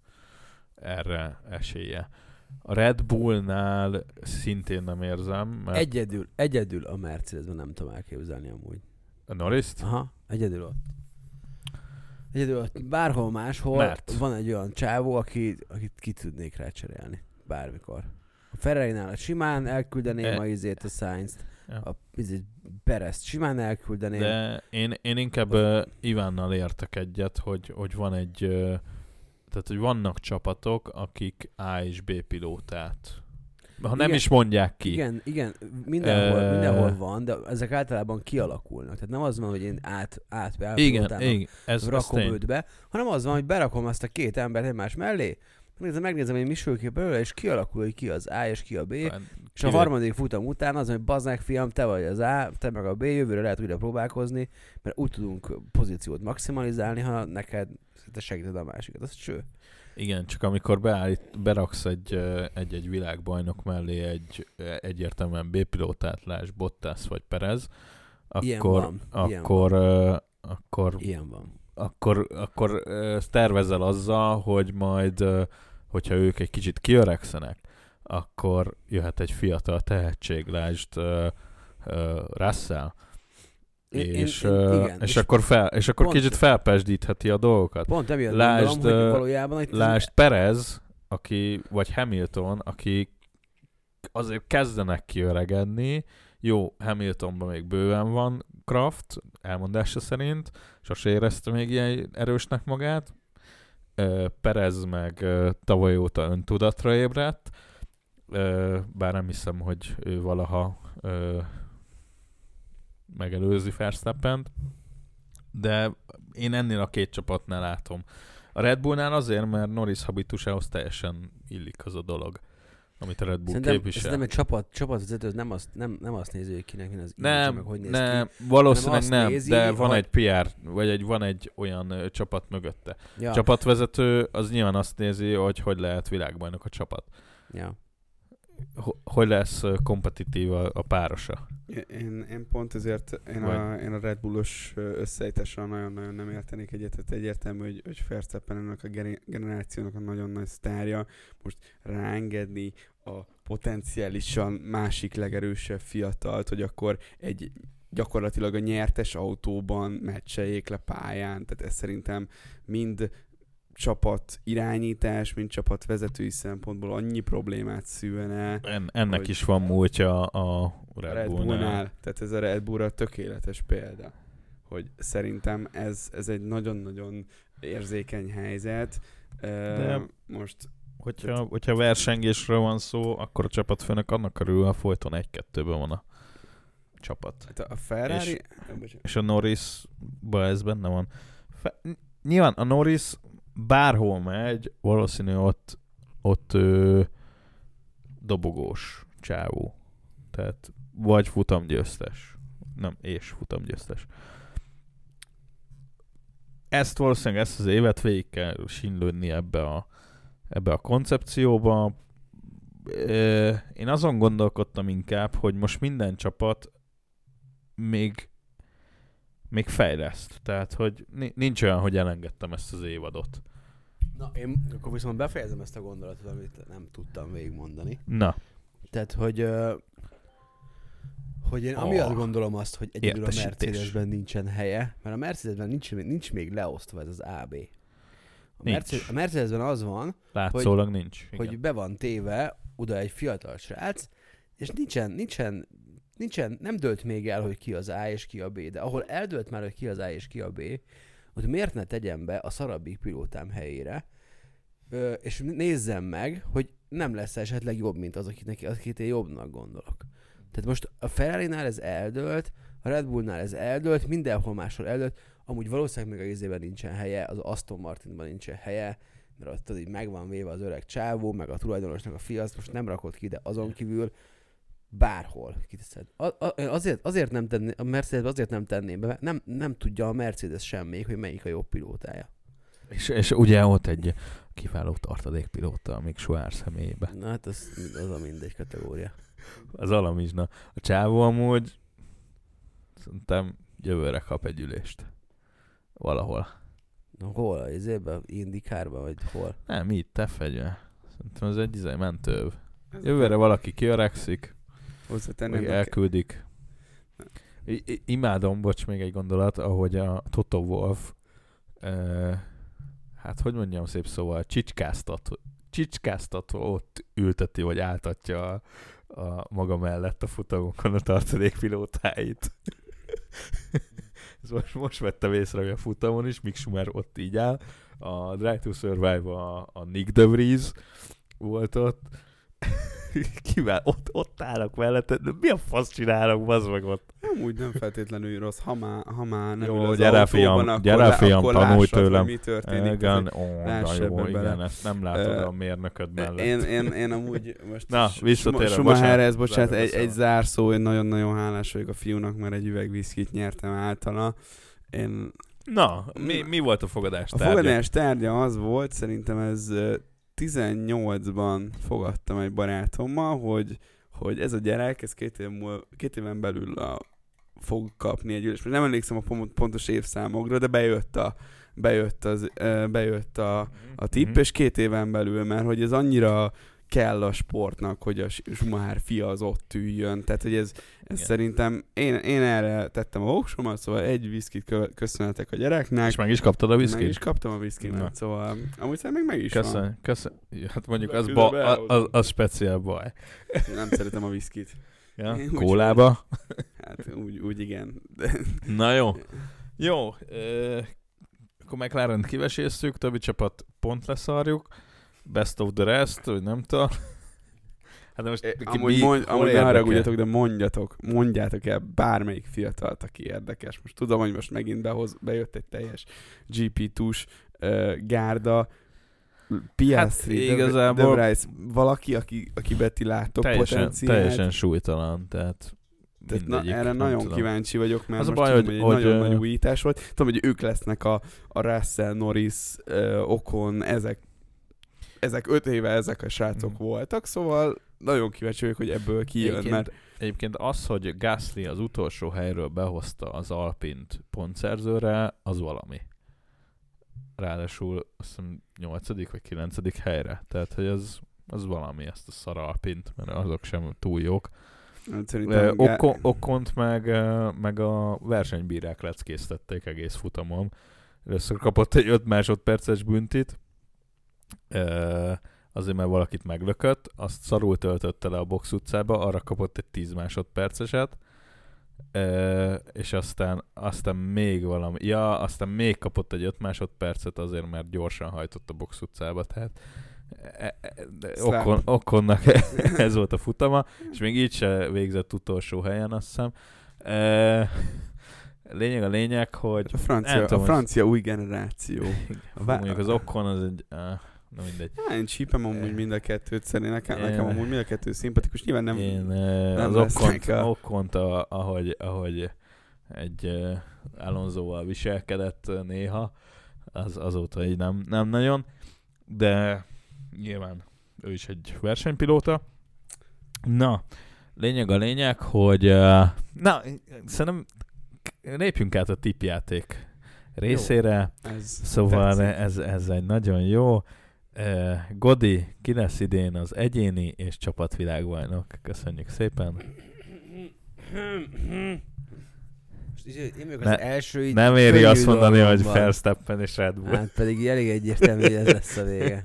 erre esélye. A Red Bullnál szintén nem érzem, mert... Egyedül, egyedül a Mercedesben nem tudom elképzelni amúgy. A Norris-t? Aha, egyedül ott. Egyedül ott. Bárhol máshol mert... van egy olyan csávó, aki, akit ki tudnék rá cserélni. Bármikor. A Ferrari-nál simán elküldeném e... a izét, a Sainzt. Ja. A Perezt simán elküldeném. De én, én inkább uh, Ivánnal értek egyet, hogy, hogy van egy, uh, tehát hogy vannak csapatok, akik A és B pilótát, ha igen, nem is mondják ki. Igen, igen, mindenhol, uh, mindenhol van, de ezek általában kialakulnak. Tehát nem az van, hogy én át, át be igen, ez, rakom őt be, hanem az van, hogy berakom ezt a két embert egymás mellé, Megnézem, megnézem, hogy mi sül ki belőle, és kialakul, hogy ki az A és ki a B. Hát, és a harmadik futam után az, hogy bazdmeg fiam, te vagy az A, te meg a B, jövőre lehet újra próbálkozni, mert úgy tudunk pozíciót maximalizálni, ha neked te segíted a másikat. Az cső. Igen, csak amikor beállít, beraksz egy, egy-egy világbajnok mellé egy egyértelműen B-pilótát, lásd Bottas vagy Perez, akkor, van, akkor, van. akkor, ilyen van. akkor, akkor tervezel azzal, hogy majd, hogyha ők egy kicsit kiöregszenek, akkor jöhet egy fiatal tehetség, lásd uh, uh, Russell, Én, és, én, én, igen. és, és akkor, fel, és akkor pont, kicsit felpesdítheti a dolgokat. Pont emiatt lásd, gondolom, hogy valójában... Itt lásd Perez, aki, vagy Hamilton, aki azért kezdenek kiöregedni. Jó, Hamiltonban még bőven van Kraft, elmondása szerint, sose érezte még ilyen erősnek magát. Perez meg tavaly óta öntudatra ébredt, bár nem hiszem, hogy ő valaha megelőzi Verstappent, de én ennél a két csapatnál látom. A Red Bullnál azért, mert Norris habitusához teljesen illik az a dolog, amit a Red Bull szerintem, képvisel. Szerintem egy csapat, csapatvezető nem azt, nem, nem azt nézi, hogy kinek mi az nem, meg hogy néz nem, ki. valószínűleg nem, nézi, de van hogy... egy pé er, vagy egy, van egy olyan ö, csapat mögötte. Ja. Csapatvezető az nyilván azt nézi, hogy hogy lehet világbajnok a csapat. Ja. Hogy lesz kompetitív a, a párosa. Én, én pont ezért én a, én a Red Bullos összeállítással nagyon-nagyon nem értenék egyet. Tehát egyértelmű, hogy, hogy Verstappen ennek a generációnak a nagyon nagy sztárja. Most ráengedni a potenciálisan másik legerősebb fiatalt, hogy akkor egy gyakorlatilag a nyertes autóban meccseljék le pályán. Tehát ez szerintem mind csapat irányítás, mint csapat vezetői szempontból annyi problémát szülne. En, ennek hogy is van múltja a Red, Red Bullnál. Bullnál. Tehát ez a Red Bullra tökéletes példa. Hogy szerintem ez, ez egy nagyon-nagyon érzékeny helyzet. De uh, most hogyha, tehát... hogyha versengésről van szó, akkor a csapatfőnök annak örül, ha folyton egy-kettőben van a csapat. Hát a Ferrari... És, és a Norrisban ez benne van. Fe, nyilván a Norris bárhol megy, valószínű ott, ott ö, dobogós csávó. Tehát vagy futamgyőztes. Nem, és futamgyőztes. Ezt valószínűleg ezt az évet végig kell sínlődni ebbe a, ebbe a koncepcióba. Én azon gondolkodtam inkább, hogy most minden csapat még még fejleszt. Tehát, hogy nincs olyan, hogy elengedtem ezt az évadot. Na, én akkor viszont befejezem ezt a gondolatot, amit nem tudtam végigmondani. Na. Tehát, hogy, uh, hogy én amiatt oh. gondolom azt, hogy egyedül a Mercedesben nincsen helye, mert a Mercedesben nincs, nincs még leosztva ez az á bé. A, Mercedes, a Mercedesben az van, látszólag hogy, nincs. Igen. hogy be van téve oda egy fiatal srác, és nincsen, nincsen Nincsen, nem dölt még el, hogy ki az A és ki a B, de ahol eldölt már, hogy ki az A és ki a B, hogy miért ne tegyen be a szarabbik pilótám helyére, ö, és nézzem meg, hogy nem lesz esetleg jobb, mint az, akit, neki, akit én jobbnak gondolok. Tehát most a Ferrari-nál ez eldölt, a Red Bullnál ez eldölt, mindenhol máshol eldölt, amúgy valószínűleg még a izében nincsen helye, az Aston Martinban nincsen helye, mert ott így meg van véve az öreg csávó, meg a tulajdonosnak a fia, azt most nem rakott ki, de azon kívül bárhol kiteszed. Azért, azért nem tenni, a Mercedes azért nem tenném be, mert nem, nem tudja a Mercedes sem még, hogy melyik a jobb pilótája. És, és ugye ott egy kiváló tartalékpilóta, még Schuár személyében. Na hát az, az a mindegy kategória. Az alamizsna. A csávó amúgy szerintem jövőre kap egy ülést. Valahol. Na hol? Az évben? Indikárban? Vagy hol? Nem, itt, te fegyve. Szerintem ez egy izé mentőv. Jövőre valaki kiöregszik, meg elküldik. I- I- imádom, bocs, még egy gondolat, ahogy a Toto Wolff uh, hát hogy mondjam szép szóval, csicskáztatva, csicskáztatva ott ülteti, vagy áltatja a, a maga mellett a futamokon a tartalékpilótáit. most, most vettem észre, hogy a futamon is, Mick Schumacher ott így áll, a Drive to Survive a, a Nick de Vries volt ott, kivel ott, ott állnak mellett, de mi a fasz csinálnak, bazd meg ott? Amúgy nem feltétlenül rossz, ha már, ha már nem jó, ül az gyere autóban, fiam, akkor, gyere lá, fiam, akkor tanulj lássad, tőlem. mi történik. Igen, ó, jó, igen, bele. ezt nem látod uh, a mérnököd mellett. Én, én, én amúgy most Na, visszatérve, Schumacherhez, bocsánat, egy, egy zárszó, én nagyon-nagyon hálás vagyok a fiúnak, mert egy üveg viszkit nyertem általa. Én... Na, mi, mi volt a fogadás tárgya? A fogadás tárgya az volt, szerintem ez tizennyolcban fogadtam egy barátommal, hogy, hogy ez a gyerek, ez két, év múl, két éven belül a, fog kapni egy ülést. Nem emlékszem a pontos évszámokra, de bejött a, bejött az, bejött a, a tipp, mm-hmm. és két éven belül, mert hogy ez annyira kell a sportnak, hogy a Schumacher fia az ott üljön. Tehát, hogy ez, ez szerintem, én, én erre tettem a voksomat, szóval egy viszkit köszönhetek a gyereknek. És meg is kaptad a viszkit? Meg is kaptam a viszkimet, szóval amúgy szerintem meg, meg is Köszön, van. Köszön. Hát mondjuk az, ba, az, az, az speciál baj. Én nem szeretem a viszkit. Ja, kólába? Hát úgy, úgy igen. Na jó. Jó. Euh, akkor McLaren-t kiveséztük, többi csapat pont leszarjuk. Best of the rest, vagy nem tudom. Hát de most é, ki, amúgy mi, mond, amúgy ne haragudjatok, de mondjatok, mondjátok el bármelyik fiatalt, aki érdekes. Most tudom, hogy most megint behoz, bejött egy teljes gé pé kettős uh, gárda, Piastri, hát igazából De Vries, valaki, aki, akiben ti láttok teljesen, potenciált. Teljesen súlytalan, tehát Tehát na, erre nagyon tudom. kíváncsi vagyok, mert az most baj, tudom, hogy, hogy egy hogy nagyon hogy nagy újítás volt. Tudom, hogy ők lesznek a, a Russell, Norris, uh, Ocon, ezek, ezek öt éve ezek a srácok mm. voltak, szóval nagyon kíváncsi vagyok, hogy ebből kijön. Egyébként, mert... egyébként az, hogy Gasly az utolsó helyről behozta az Alpint pontszerzőre, az valami. Ráadásul azt hiszem nyolcadik vagy kilencedik helyre. Tehát, hogy az, az valami, ezt a szar Alpint, mert azok sem túl jók. Szerintem Okont Okont meg, meg a versenybírák leckésztették egész futamon. Először kapott egy öt másodperces büntit, azért mert valakit meglökött, azt szarul töltötte le a box utcába, arra kapott egy tíz másodperceset, és aztán, aztán még valami, ja, aztán még kapott egy öt másodpercet azért, mert gyorsan hajtott a box utcába, tehát Okon, Okonnak ez volt a futama, és még így se végzett utolsó helyen, azt hiszem. E, lényeg a lényeg, hogy... A francia, tudom, a francia az... új generáció. A vá... Mondjuk az Okon az egy... Uh, na mindegy. Ja, én csípem amúgy mind a kettőt, szerintem nekem, nekem amúgy mind a kettő szimpatikus. Nyilván nem, én, nem az Okont, a... Okont a, ahogy, ahogy egy uh, Alonsoval viselkedett néha, az, azóta így nem, nem nagyon, de nyilván ő is egy versenypilóta. Na, lényeg a lényeg, hogy uh, na, szerintem lépjünk át a tippjáték részére. Ez szóval ez, ez egy nagyon jó. Uh, Godi, ki lesz idén az egyéni és csapatvilágbajnok? Köszönjük szépen. Én az ne, első nem éri azt mondani, hogy Verstappen és Red Bull. Hát pedig elég egyértelmű, hogy ez lesz a vége.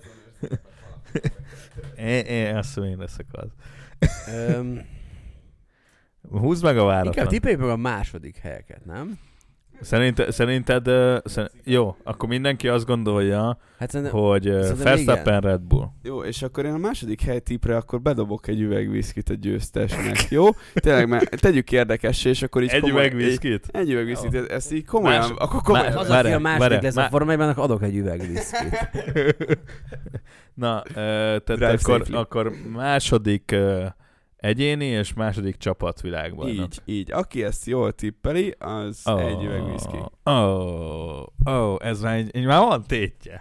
Én, én azt mondom, én leszek az. Um, Húzd meg a váratlan. Inkább tippeljük meg a második helyeket, nem? Szerinte, szerinted, uh, szerint, jó, akkor mindenki azt gondolja, hát hogy uh, Verstappen Red Bull. Jó, és akkor én a második hely tippre akkor bedobok egy üveg viszkit a győztesnek, jó? Tényleg, mert tegyük érdekessé, és akkor így egy komoly... üveg viszkit? Egy, egy üveg viszkit, ezt így komolyan, Más, akkor komolyan. Az, aki a második lesz a formájában, adok egy üveg viszkit. Na, uh, tehát akkor, akkor második... Uh, egyéni és második csapatvilágban. Így, így. Aki ezt jól tippeli, az oh, egy üveg whisky. Ó, oh, oh, ez már egy, egy már van tétje.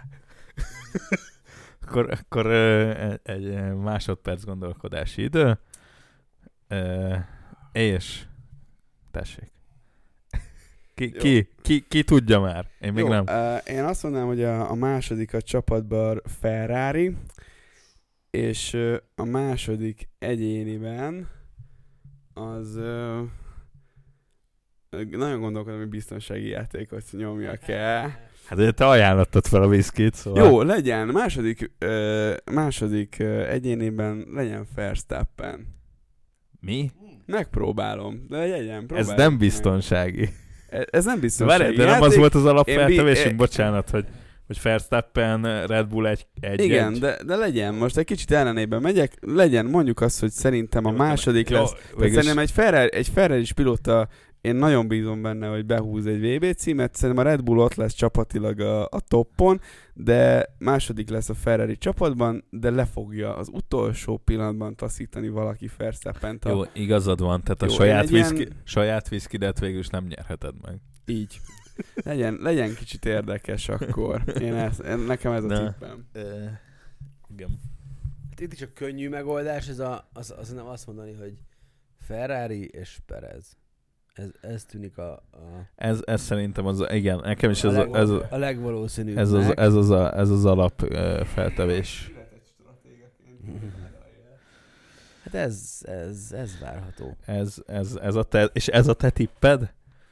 akkor akkor uh, egy másodperc gondolkodási idő. Uh, és tessék. Ki, ki, ki, ki tudja már? Én még Jó, nem. Uh, én azt mondanám, hogy a, a második a csapatban Ferrari, és uh, a második egyéniben az uh, nagyon gondolkodom, hogy biztonsági játékot nyomjak el. Hát ugye te ajánlottad fel a whiskyt, szóval... Jó, legyen. Második, uh, második uh, egyéniben legyen Verstappen. Mi? Megpróbálom, de legyen, próbálj. Ez nem biztonsági. Ez, ez nem biztonsági Várj, de nem az volt az alapfeltevésünk, bocsánat, hogy hogy Verstappen, Red Bull egy, egy Igen, egy. De, de legyen, most egy kicsit ellenében megyek, legyen, mondjuk azt, hogy szerintem a második jó, lesz. Jó, szerintem egy Ferrari, egy Ferrari-s pilóta, én nagyon bízom benne, hogy behúz egy vé bé címet, szerintem a Red Bull ott lesz csapatilag a, a toppon, de második lesz a Ferrari csapatban, de le fogja az utolsó pillanatban taszítani valaki Verstappent. A... Jó, igazad van, tehát jó, a saját, whisky, ilyen... saját whiskydet végül is nem nyerheted meg. Így. Legyen, legyen kicsit érdekes akkor. Én ez, nekem ez a Na, tippem. Uh, igen. Hát itt is a könnyű megoldás, ez a, az, az nem azt mondani, hogy Ferrari és Perez. Ez, ez tűnik a... a ez, ez szerintem az, igen, nekem is ez a, legval, ez a, a legvalószínűbbnek. Ez az, ez az, a, ez az alap uh, feltevés. Hát ez, ez, ez várható. Ez, ez, ez a te, és ez a te tipped?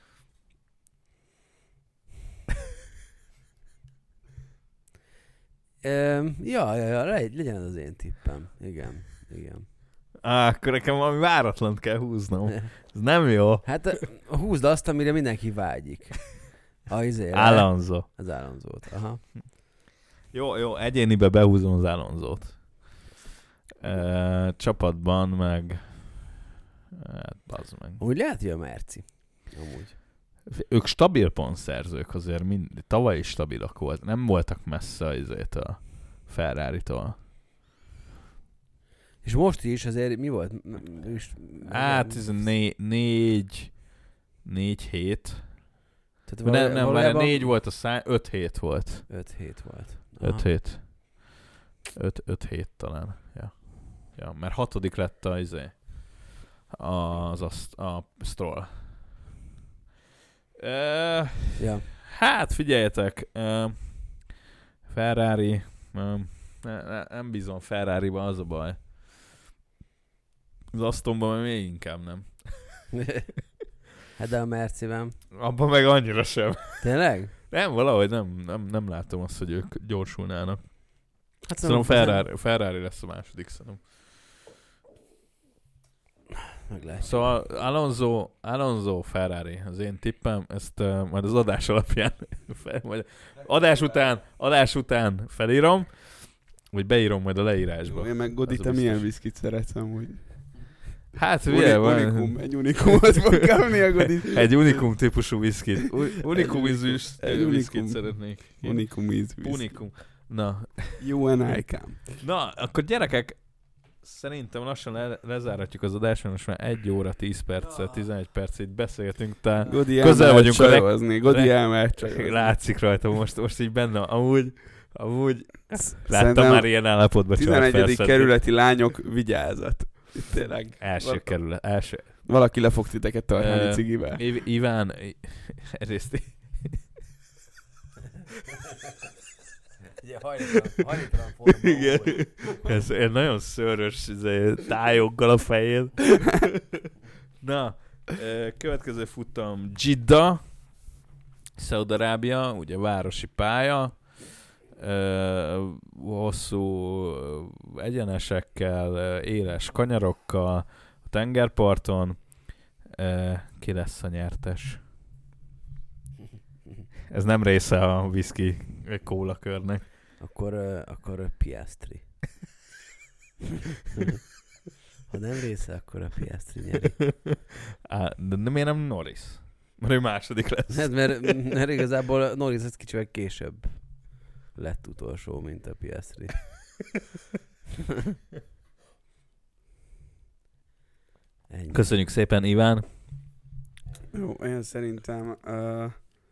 Ehm, ja, ja, ja, legyen az én tippem. Igen, igen. Á, akkor nekem valami váratlant kell húznom. Ez nem jó. Hát húzd azt, amire mindenki vágyik. A izére. Alonso. Az Alonzót, aha. Jó, jó, egyénibe behúzom az Alonzót. E, csapatban meg... Hát, bazd meg. Úgy lehet, hogy a Merci. Amúgy. Ők stabil pontszerzők azért, mind, tavaly is stabilak volt. Nem voltak messze azért a Ferrari-tól. És most is azért mi volt? Is, hát ez négy, négy, négy hét. Tehát nem, nem, valójában... négy volt a szá... öt hét volt. öt hét volt. Aha. öt hét. öt, öt hét talán. Ja. Ja, mert hatodik lett a, izé, az azt, a Stroll. Uh, ja. Hát figyeljetek, uh, Ferrari, um, ne, ne, nem bízom Ferrariban, az a baj. Az Astonban még inkább nem. Hát de a Merciben. Abban meg annyira sem. Tényleg? Nem, valahogy nem, nem, nem látom azt, hogy ők gyorsulnának. Hát szerintem Ferrari, Ferrari lesz a második, szerintem. Szóval Alonso, Alonso Ferrari, az én tippem, ezt uh, majd az adás alapján, fel, majd adás után, adás után felírom, vagy beírom majd a leírásba. Jó, én meg Godi, te milyen viszkit szeretem, hogy... Hát ugye van. Unikum, egy unikumot fog kapni a Godi. Egy unikum típusú viszkit. Unikum ízűs viszkit szeretnék. Unikum ízű Unikum. Na. You and I come. Na, akkor gyerekek, szerintem lassan le- lezáratjuk az adást, mert most már egy óra, tíz perc, tizenegy percig beszéltünk, tehát közel vagyunk a leg... Godi elmehet csajozni. Látszik rajta most, most így benne, amúgy, amúgy láttam már ilyen állapotban csalt tizenegyedik kerületi lányok, vigyázat. Itt tényleg. Első Val- kerület, első. Valaki le fog titeket tartani uh, cigivel. I- Iván, egyrészt... Ugye hajlítalan forma. Igen. Ez egy nagyon szőrös tájoggal a fején. Na, következő futam Jeddah, Szaúd-Arábia, ugye városi pálya, hosszú egyenesekkel, éles kanyarokkal, a tengerparton. Ki lesz a nyertes? Ez nem része a whisky kóla körnek. Akkor, uh, akkor a Piastri. Ha nem része, akkor a Piastri nyeri. Á, de, de miért nem Norris? Mert ő második lesz. Hát, mert, mert igazából Norris ez kicsivel később lett utolsó, mint a Piastri. Ennyi. Köszönjük szépen, Iván. Jó, én szerintem... Uh...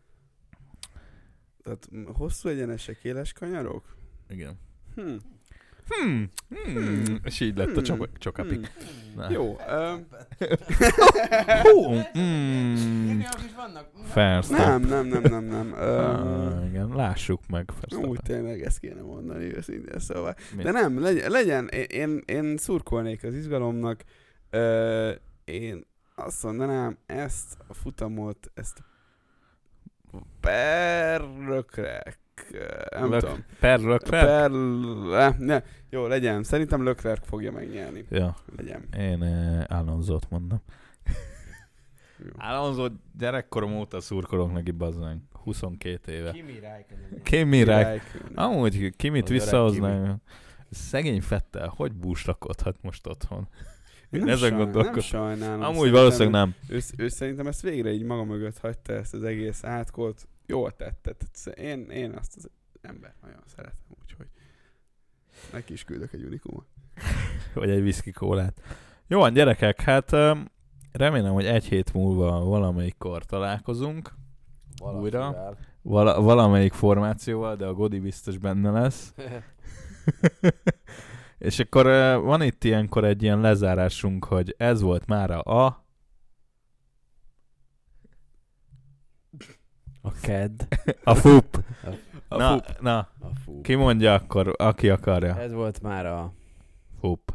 Tehát hosszú egyenesek, éles kanyarok? Igen. Hmm. Hmm. Hmm. Hmm. És így lett hmm. a csokapik. Hmm. Jó. Um... Hú. Hmm. First nem, nem, nem, nem, nem. Um... Ah, igen, lássuk meg. Úgy tényleg ezt kéne mondani őszintén, szóval. Mi? De nem, legyen, legyen én, én szurkolnék az izgalomnak. Uh, én azt mondanám, ezt a futamot, ezt Per Leclerc, nem Lök, tudom. Per Leclerc? Per, ne, ne, jó, legyen. Szerintem Leclerc fogja megnyerni. Ja. Legyen. Én uh, Alonzót mondom. Alonso gyerekkorom óta szurkolok neki, bazzánk. huszonkét éve. Kimi Räikkönen. Kimi Räikkönen. Amúgy Kimit visszahoznám. Szegény Vettel, hogy búslakodhat most otthon? Nem, Ezen saj, nem sajnálom. Amúgy valószínűleg nem. Ő, ő szerintem ezt végre így maga mögött hagyta, ezt az egész átkolt. Jól tette. Én, én azt az ember nagyon szeretem, úgyhogy neki is küldök egy unikumot. Vagy egy whisky kólát. Jó van, gyerekek, hát remélem, hogy egy hét múlva valamikkor találkozunk. Valakivel. Újra. Val- valamelyik formációval, de a Godi biztos benne lesz. És akkor uh, van itt ilyenkor egy ilyen lezárásunk, hogy ez volt mára a... A ked. A fup. A na, fup. na. A fup. Ki mondja akkor, aki akarja. Ez volt már a... Hopp.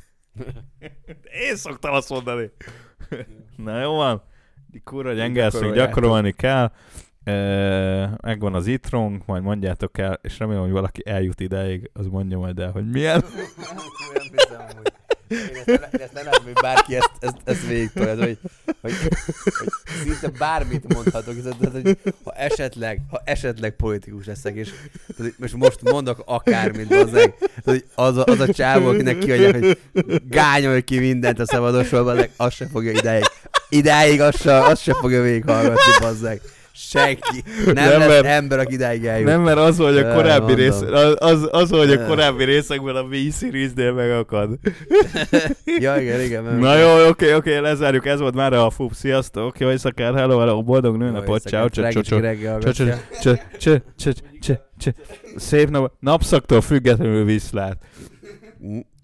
Én szoktam azt mondani. Na jó van. Kurva gyengelszünk, gyakorolni kell. E, megvan az itrunk, majd mondjátok el, és remélem, hogy valaki eljut ideig, az mondja majd el, hogy milyen. Nem hiszem, hogy én ezt nem, ezt nem látom, hogy bárki ezt, ezt, ezt végigtolja, hogy, hogy, hogy szinte bármit mondhatok, tehát, hogy ha esetleg, ha esetleg politikus leszek, és tehát, most, most mondok akármit, bazzeg, hogy az a, az a csávó, akinek kiadják, hogy gányolj ki mindent a szabadosról, bazzeg, az se fogja ideig. Ideig azt se, azt se fogja végighallgatni, bazzeg. Senki. Nem, nem lesz mert, ember, aki idáig eljut. Nem, mert az, hogy a korábbi, rész, az, az, az, hogy a korábbi részekben a V-Series-nél megakad. Ja, igen, igen. Na jó, oké, oké, lezárjuk. Ez volt már a fú. Sziasztok. Jó éjszakát, hello, hello, boldog nőnapot. Ciao, Szép nap. Napszaktól függetlenül viszlát.